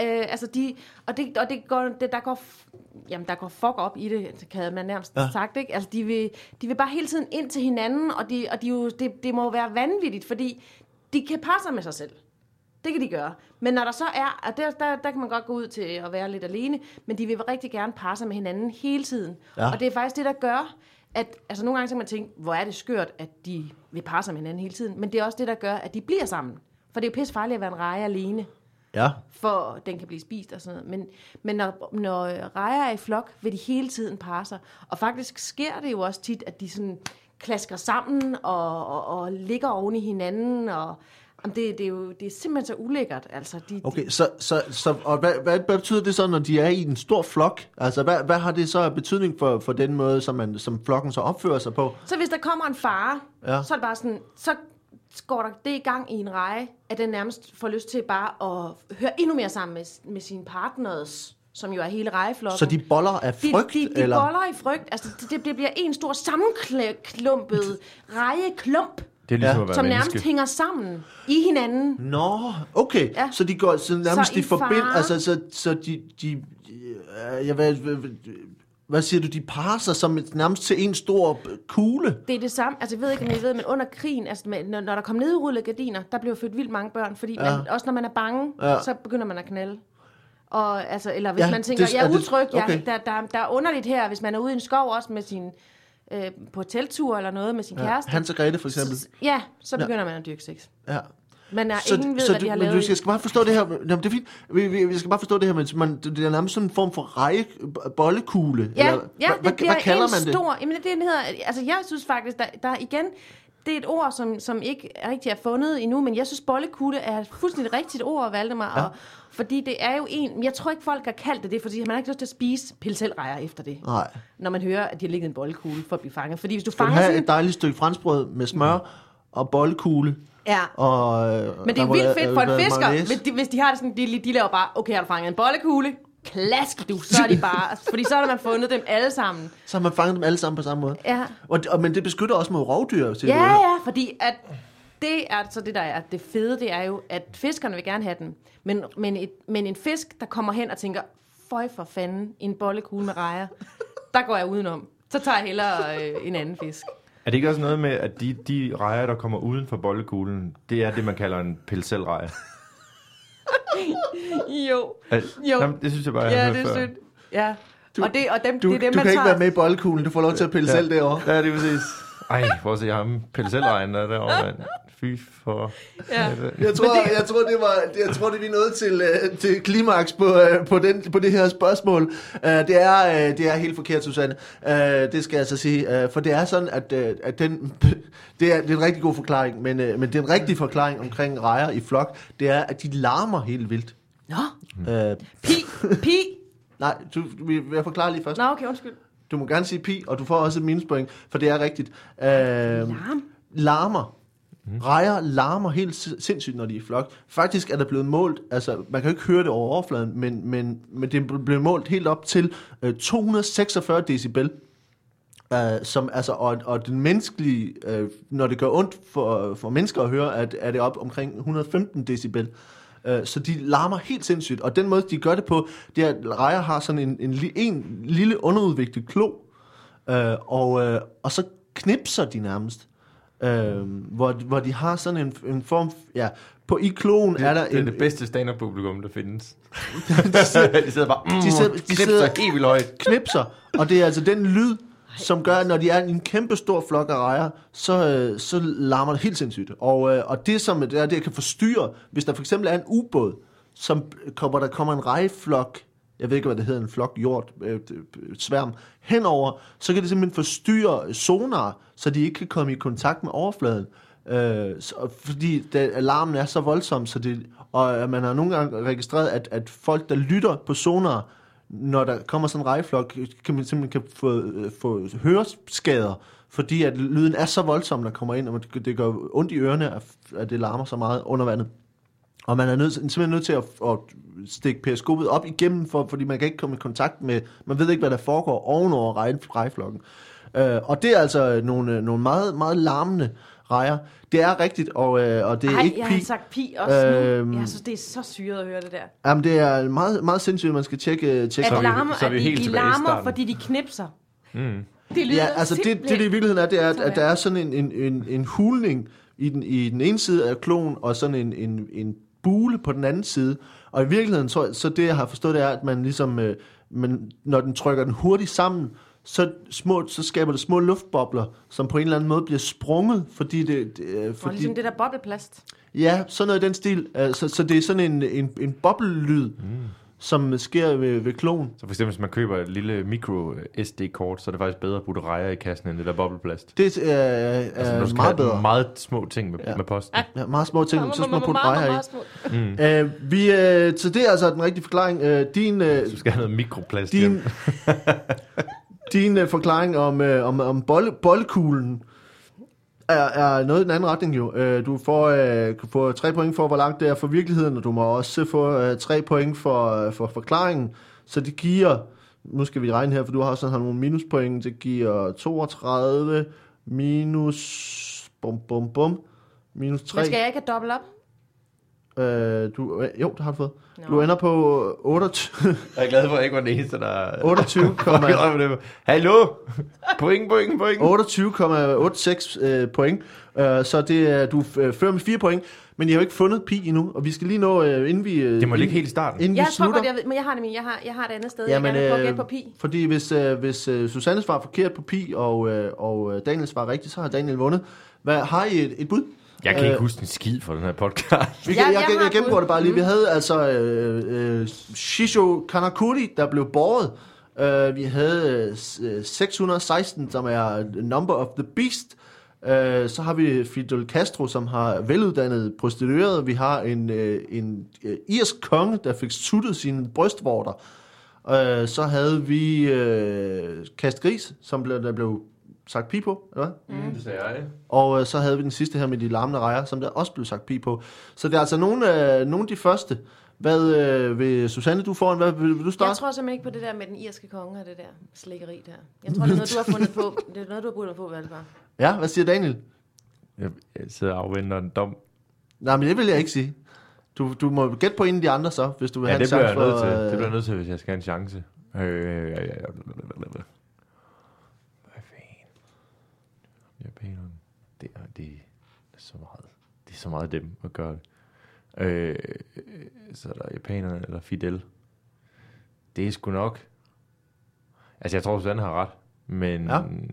der går fuck op i det, kan man nærmest sagt, ikke? Altså, de vil bare hele tiden ind til hinanden, og det må være vanvittigt, fordi de kan passe sig med sig selv. Det kan de gøre. Men når der så er, og der kan man godt gå ud til at være lidt alene, men de vil rigtig gerne parre sig med hinanden hele tiden. Ja. Og det er faktisk det, der gør, at altså nogle gange så kan man tænke, hvor er det skørt, at de vil parre sig med hinanden hele tiden. Men det er også det, der gør, at de bliver sammen. For det er jo pisse farligt at være en reje alene. for den kan blive spist og sådan noget. Men når rejer er i flok, vil de hele tiden parre sig. Og faktisk sker det jo også tit, at de sådan klasker sammen og ligger oven i hinanden. Og det er simpelthen så ulækkert. Altså, okay, så og hvad betyder det så, når de er i en stor flok? Altså, hvad har det så af betydning for den måde, som flokken så opfører sig på? Så hvis der kommer en fare, så er det bare sådan, så går der det i gang i en reje, at den nærmest får lyst til bare at høre endnu mere sammen med sine partners, som jo er hele rejeflokken. Så de boller af frygt? De boller i frygt. Altså, det bliver en stor sammenklumpet rejeklump, det er ligesom som nærmest hænger sammen i hinanden. Nå, okay. Ja. Så de går så nærmest så i forbind, altså så de hvad siger du, de parer sig som nærmest til en stor kugle? Det er det samme, altså jeg ved ikke, om I ved, men under krigen, altså når der kom nedrullede gardiner, der blev født vildt mange børn, fordi også når man er bange, så begynder man at knalde. Og, altså, eller hvis man tænker, jeg er utryg, okay. Der er underligt her, hvis man er ude i en skov også med sin, på telttur eller noget med sin kæreste. Hans og Grete for eksempel. Så begynder man at dyrke sex. Ja. Men ingen ved, hvad de har lavet. Men du skal bare forstå det her. Jamen, det er fint. Vi skal bare forstå det her, men det er nærmest sådan en form for bollekugle. Ja, hvad kalder man det? Stor, jamen det hedder, altså jeg synes faktisk, der igen, det er et ord, som ikke rigtig er fundet endnu, men jeg synes, bollekugle er et fuldstændig rigtigt ord, Valdemar. Ja. Fordi det er jo jeg tror ikke, folk har kaldt det, fordi man har ikke lyst til at spise pilselrejer efter det. Nej. Når man hører, at de har ligget en bollekugle for at blive fanget. Fordi hvis du skal fanger have et dejligt stykke franskbrød med smør og bollekugle. Ja, men det er vildt fedt for en fisker, hvis de har det sådan, de laver bare, okay, har du fanget en bollekugle? Klask, så er de bare, fordi så har man fundet dem alle sammen. Så har man fanget dem alle sammen på samme måde. Ja. Men det beskytter også mod rovdyr. Ja, fordi at det er så det, der er det fede, det er jo, at fiskerne vil gerne have den. Men en fisk, der kommer hen og tænker, føj for fanden, en bollekugle med rejer, der går jeg udenom. Så tager jeg hellere en anden fisk. Er det ikke også noget med, at de rejer, der kommer uden for bollekuglen, det er det, man kalder en pilselrejer? Jo. Jamen, det synes jeg bare, jeg har hørt før. Det er sødt. Ja. Du kan ikke være med i bollekuglen, du får lov til at pille selv derovre. Ja, det er præcis. Ej, prøv at se ham. Pilselrejen der derovre, mand. Fy for... Ja. Jeg tror, det vi er nået til klimaks på det her spørgsmål. Det er helt forkert, Susanne. Det skal jeg altså sige. For det er sådan, at det er en rigtig god forklaring, men den rigtige forklaring omkring rejer i flok, det er, at de larmer helt vildt. Nå. Pi. Nej, vil jeg forklare lige først? Nå, okay, undskyld. Du må gerne sige pi, og du får også et minuspoint, for det er rigtigt. Larmer. Rejer larmer helt sindssygt, når de er i flok. Faktisk er der blevet målt, altså man kan jo ikke høre det over overfladen, men det er blevet målt helt op til 246 decibel. Som, altså, og den menneskelige, når det gør ondt for mennesker at høre, er det op omkring 115 decibel. Så de larmer helt sindssygt, og den måde, de gør det på, det er, at rejer har sådan en lille underudviklet klo, og så knipser de nærmest, hvor de har sådan en form, i kloen er der det er det bedste stand-up-publikum, der findes. de sidder bare, knipser helt vildt højt. Knipser, og det er altså den lyd, som gør, at når de er i en kæmpe stor flok af rejer, så larmer det helt sindssygt. Og det, som det kan forstyrre, hvis der for eksempel er en ubåd, der kommer en rejeflok, jeg ved ikke, hvad det hedder, en flok hjort, sværm, henover, så kan det simpelthen forstyrre sonar, så de ikke kan komme i kontakt med overfladen. Fordi alarmen er så voldsom, og man har nogle gange registreret, at folk, der lytter på sonar, når der kommer sådan en rejeflok, kan man simpelthen få høreskader, fordi at lyden er så voldsom, der kommer ind, og det gør ondt i ørerne, at det larmer så meget under vandet. Og man er simpelthen nødt til at stikke periskopet op igennem, fordi man kan ikke komme i kontakt med, man ved ikke, hvad der foregår ovenover rejeflokken. Og det er altså nogle meget, meget larmende rejer. Det er rigtigt, og det er ikke pi. Jeg har sagt pi også nu. Jeg synes, det er så syret at høre det der. Jamen, det er meget, meget sindssygt, at man skal tjekke. At de larmer, fordi de knipser. Mm. Det lyder altså det i virkeligheden er, det er, at der er sådan en hulning i den ene side af kloen, og sådan en bule på den anden side. Og i virkeligheden, så det jeg har forstået, det er, at man ligesom, når den trykker den hurtigt sammen, så skaber det små luftbobler, som på en eller anden måde bliver sprunget, fordi Og ligesom det der bobleplast. Ja, sådan noget i den stil. Så det er sådan en boblelyd, som sker ved klon. Så for eksempel, hvis man køber et lille micro SD-kort, så er det faktisk bedre at putte rejer i kassen, end det der bobleplast. Det er meget bedre. Meget små ting med posten. Ja, meget små ting, så skal man putte rejer i. Så det er altså den rigtige forklaring. Du skal have noget mikroplast din forklaring om boldekuglen er noget i den anden retning jo. Du får 3 point for, hvor langt det er for virkeligheden, og du må også få 3 point for forklaringen. Så det giver, nu skal vi regne her, for du har også nogle minuspoint, det giver 32 minus minus 3. Men skal jeg ikke have dobbelt op? Jo, det har du fået. Du ender på 28. Jeg er glad for, at jeg ikke var den eneste, der... 28, hallo! Point. 28,86 point. Så du fører med 4 point. Men jeg har jo ikke fundet pi endnu, og vi skal lige nå, inden vi... Det må ligge helt i starten. Jeg tror godt, jeg ved, men jeg har det, jeg har et andet sted. Jamen, jeg kan gætte på pi. Fordi hvis Susanne svarer forkert på pi, og Daniel svarer rigtigt, så har Daniel vundet. Har I et bud? Jeg kan ikke huske en skid for den her podcast. Jeg gennemgår det bare lige. Vi havde altså Shisho Kanakuri, der blev båret. Vi havde 616, som er Number of the Beast. Så har vi Fidel Castro, som har veluddannet prostitueret. Vi har en irsk konge, der fik suttet sine brystvorter. Så havde vi Kast Gris, som der blev sagt pi på, eller hvad? Det sagde jeg. Og så havde vi den sidste her med de larmende rejer, som der også blev sagt pi på. Så det er altså nogle af de første. Hvad vil Susanne, du får? Hvad vil du starte? Jeg tror simpelthen ikke på det der med den irske konge og det der slikkeri der. Jeg tror, det er noget, du har fundet på. Det er noget, du har fundet på, Valbar. Ja, hvad siger Daniel? Jeg sidder og afventer en dom. Nej, men det vil jeg ikke sige. Du må gætte på en af de andre så, hvis du vil have en chance for... Det bliver jeg nødt til, hvis jeg skal have en chance. Hvad fanden? Japanerne. Det er så meget dem at gøre det. Så er der japanerne eller Fidel. Det er sgu nok. Altså jeg tror Susanne har ret. Men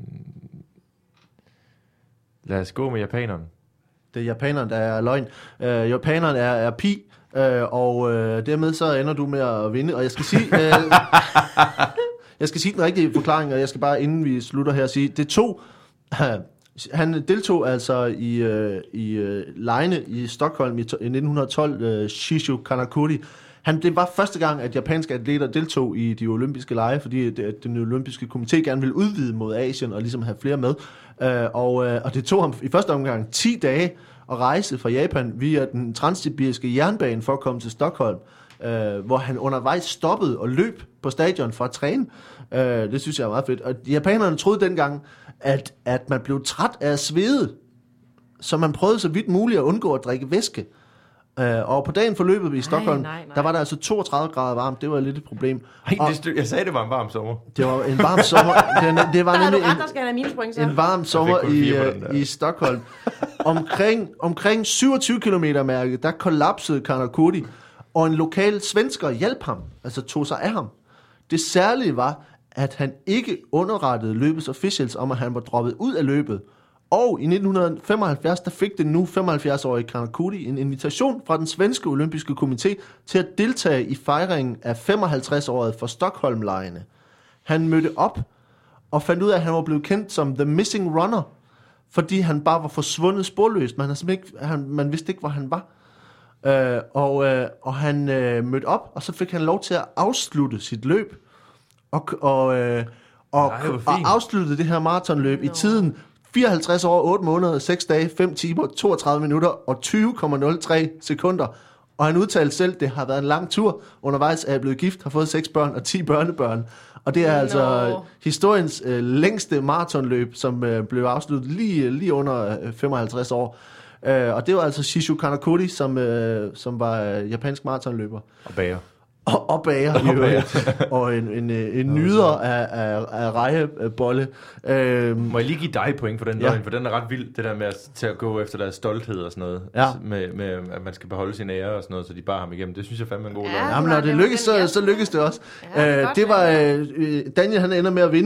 lad os gå med japanerne. Det er japanerne, der er løgn. Japanerne er pi. Og dermed så ender du med at vinde. Og jeg skal sige... jeg skal sige den rigtige forklaring. Og jeg skal bare inden vi slutter her sige. Det tog... Han deltog altså i legene i Stockholm i 1912, Shisho Kanakuri. Det var første gang, at japanske atleter deltog i de olympiske lege, fordi den olympiske komité gerne ville udvide mod Asien og ligesom have flere med. Og det tog ham i første omgang 10 dage at rejse fra Japan via den transsibiriske jernbane for at komme til Stockholm, hvor han undervejs stoppede og løb på stadion for at træne. Det synes jeg er meget fedt. Og japanerne troede dengang, at man blev træt af at svede, så man prøvede så vidt muligt at undgå at drikke væske. Og på dagen for løbet i Stockholm, der var der altså 32 grader varmt. Det var lidt et problem. Jeg sagde, det var en varm sommer. Det var en varm sommer. Det var nemlig en varm sommer i Stockholm. Omkring 27 km-mærket, der kollapsede Kanakuri, og en lokal svensker hjalp ham, altså tog sig af ham. Det særlige var, at han ikke underrettede løbets officials om, at han var droppet ud af løbet. Og i 1975, der fik den nu 75-årige Kanakuri en invitation fra den svenske olympiske komité til at deltage i fejringen af 55-året for Stockholm-legene. Han mødte op og fandt ud af, at han var blevet kendt som The Missing Runner, fordi han bare var forsvundet sporløst. Man vidste ikke, hvor han var. Og han mødte op, og så fik han lov til at afslutte sit løb. Og afsluttede det her maratonløb i tiden 54 år, 8 måneder, 6 dage, 5 timer, 32 minutter og 20,03 sekunder. Og han udtalte selv, at det har været en lang tur. Undervejs er jeg blevet gift, har fået 6 børn og 10 børnebørn. Og det er altså historiens længste maratonløb, som blev afsluttet lige under 55 år. Og det var altså Shisho Kanakuri, som var japansk maratonløber. Og bager. Og bager. Og en nyder af rejebolle. Må jeg lige give dig point for den løgn, for den er ret vild, det der med at gå efter deres stolthed og sådan noget. Ja. Med at man skal beholde sin ære og sådan noget, så de bare har ham igennem. Det synes jeg fandme er en god løgn. Jamen, når det lykkes, så lykkes det også. Det var Daniel, han ender med at vinde.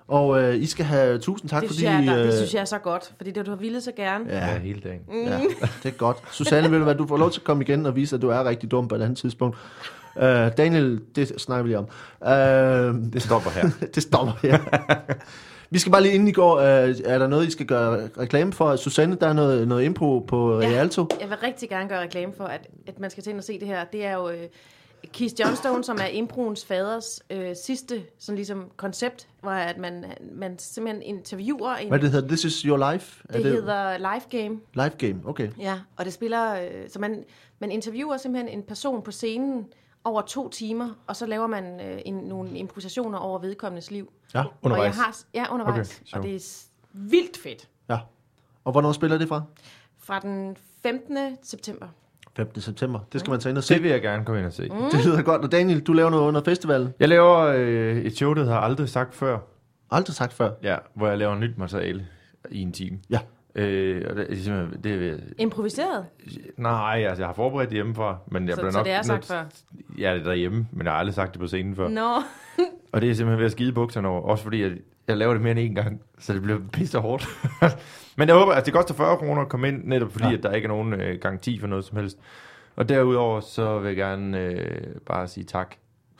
Og I skal have tusind tak, Det fordi... synes, det synes jeg er så godt, fordi det du har ville så gerne. Ja, hele dagen. Ja, det er godt. Susanne, ved du hvad, du får lov til at komme igen og vise, at du er rigtig dum på et andet tidspunkt. Daniel, det snakker vi lige om. Det stopper her. Det stopper her. Vi skal bare lige inden I går, er der noget, I skal gøre reklame for? Susanne, der er noget impro på Rialto. Jeg vil rigtig gerne gøre reklame for, at man skal til og se det her. Det er jo Keith Johnstone, som er improens faders sidste sådan ligesom koncept, hvor at man simpelthen interviewer en... Hvad det hedder? This is your life? Det hedder Live Game. Live Game, okay. Ja, og det spiller... så man interviewer simpelthen en person på scenen over 2 timer, og så laver man nogle improvisationer over vedkommendes liv. Ja, undervejs. Undervejs. Okay, og det er vildt fedt. Ja. Og hvornår spiller det fra? Fra den 15. september. 15. september. Det skal man tage ind og se. Det vil jeg gerne komme ind og se. Det lyder godt. Og Daniel, du laver noget under festivalen. Jeg laver et show, der har aldrig sagt før. Aldrig sagt før. Ja, hvor jeg laver nyt materiale i en time. Ja. Og det er simpelthen... Improviseret? Nej, altså jeg har forberedt det hjemmefra, men jeg bliver nok... Så det er sagt før? Ja, det er derhjemme, men jeg har aldrig sagt det på scenen før. Nå. Og det er simpelthen ved at skide bukserne over, også fordi jeg laver det mere end 1 gang, så det bliver pisse hårdt. Men jeg håber, at det koster 40 kroner at komme ind, netop fordi at der ikke er nogen garanti for noget som helst. Og derudover, så vil jeg gerne bare sige tak.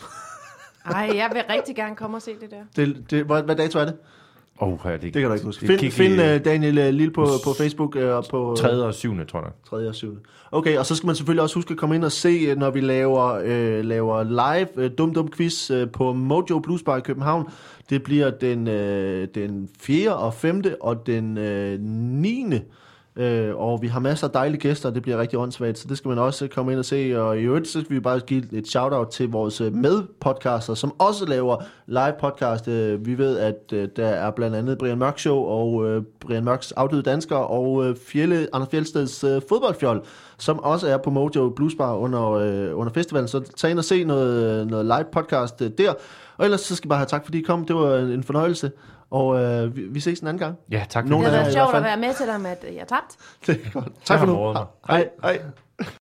Ej, jeg vil rigtig gerne komme og se det der. Hvad dato er det? Det kan du ikke huske. Find Daniel Lille på Facebook og på... 3. og 7. tror jeg. 3. og 7. Okay, og så skal man selvfølgelig også huske at komme ind og se, når vi laver live Dum Quiz på Mojo Blues Bar i København. Det bliver den 4. og 5. og den 9. Og vi har masser af dejlige gæster, og det bliver rigtig åndssvagt, så det skal man også komme ind og se. Og i øvrigt, så skal vi bare give et shout-out til vores medpodcaster, som også laver live podcast. Vi ved, at der er blandt andet Brian Mørk Show, og Brian Mørks Afdøde Danskere, og Anders Fjeldsteds Fodboldfjold, som også er på Mojo Blues Bar under festivalen. Så tag ind og se noget live podcast der. Og ellers så skal jeg bare have tak, fordi I kom. Det var en fornøjelse. Og vi ses en anden gang. Ja, tak for det. Det har været i sjovt hvert at være med til dig, at jeg tabt. Det er godt. Tak for nu. Hej. Hej.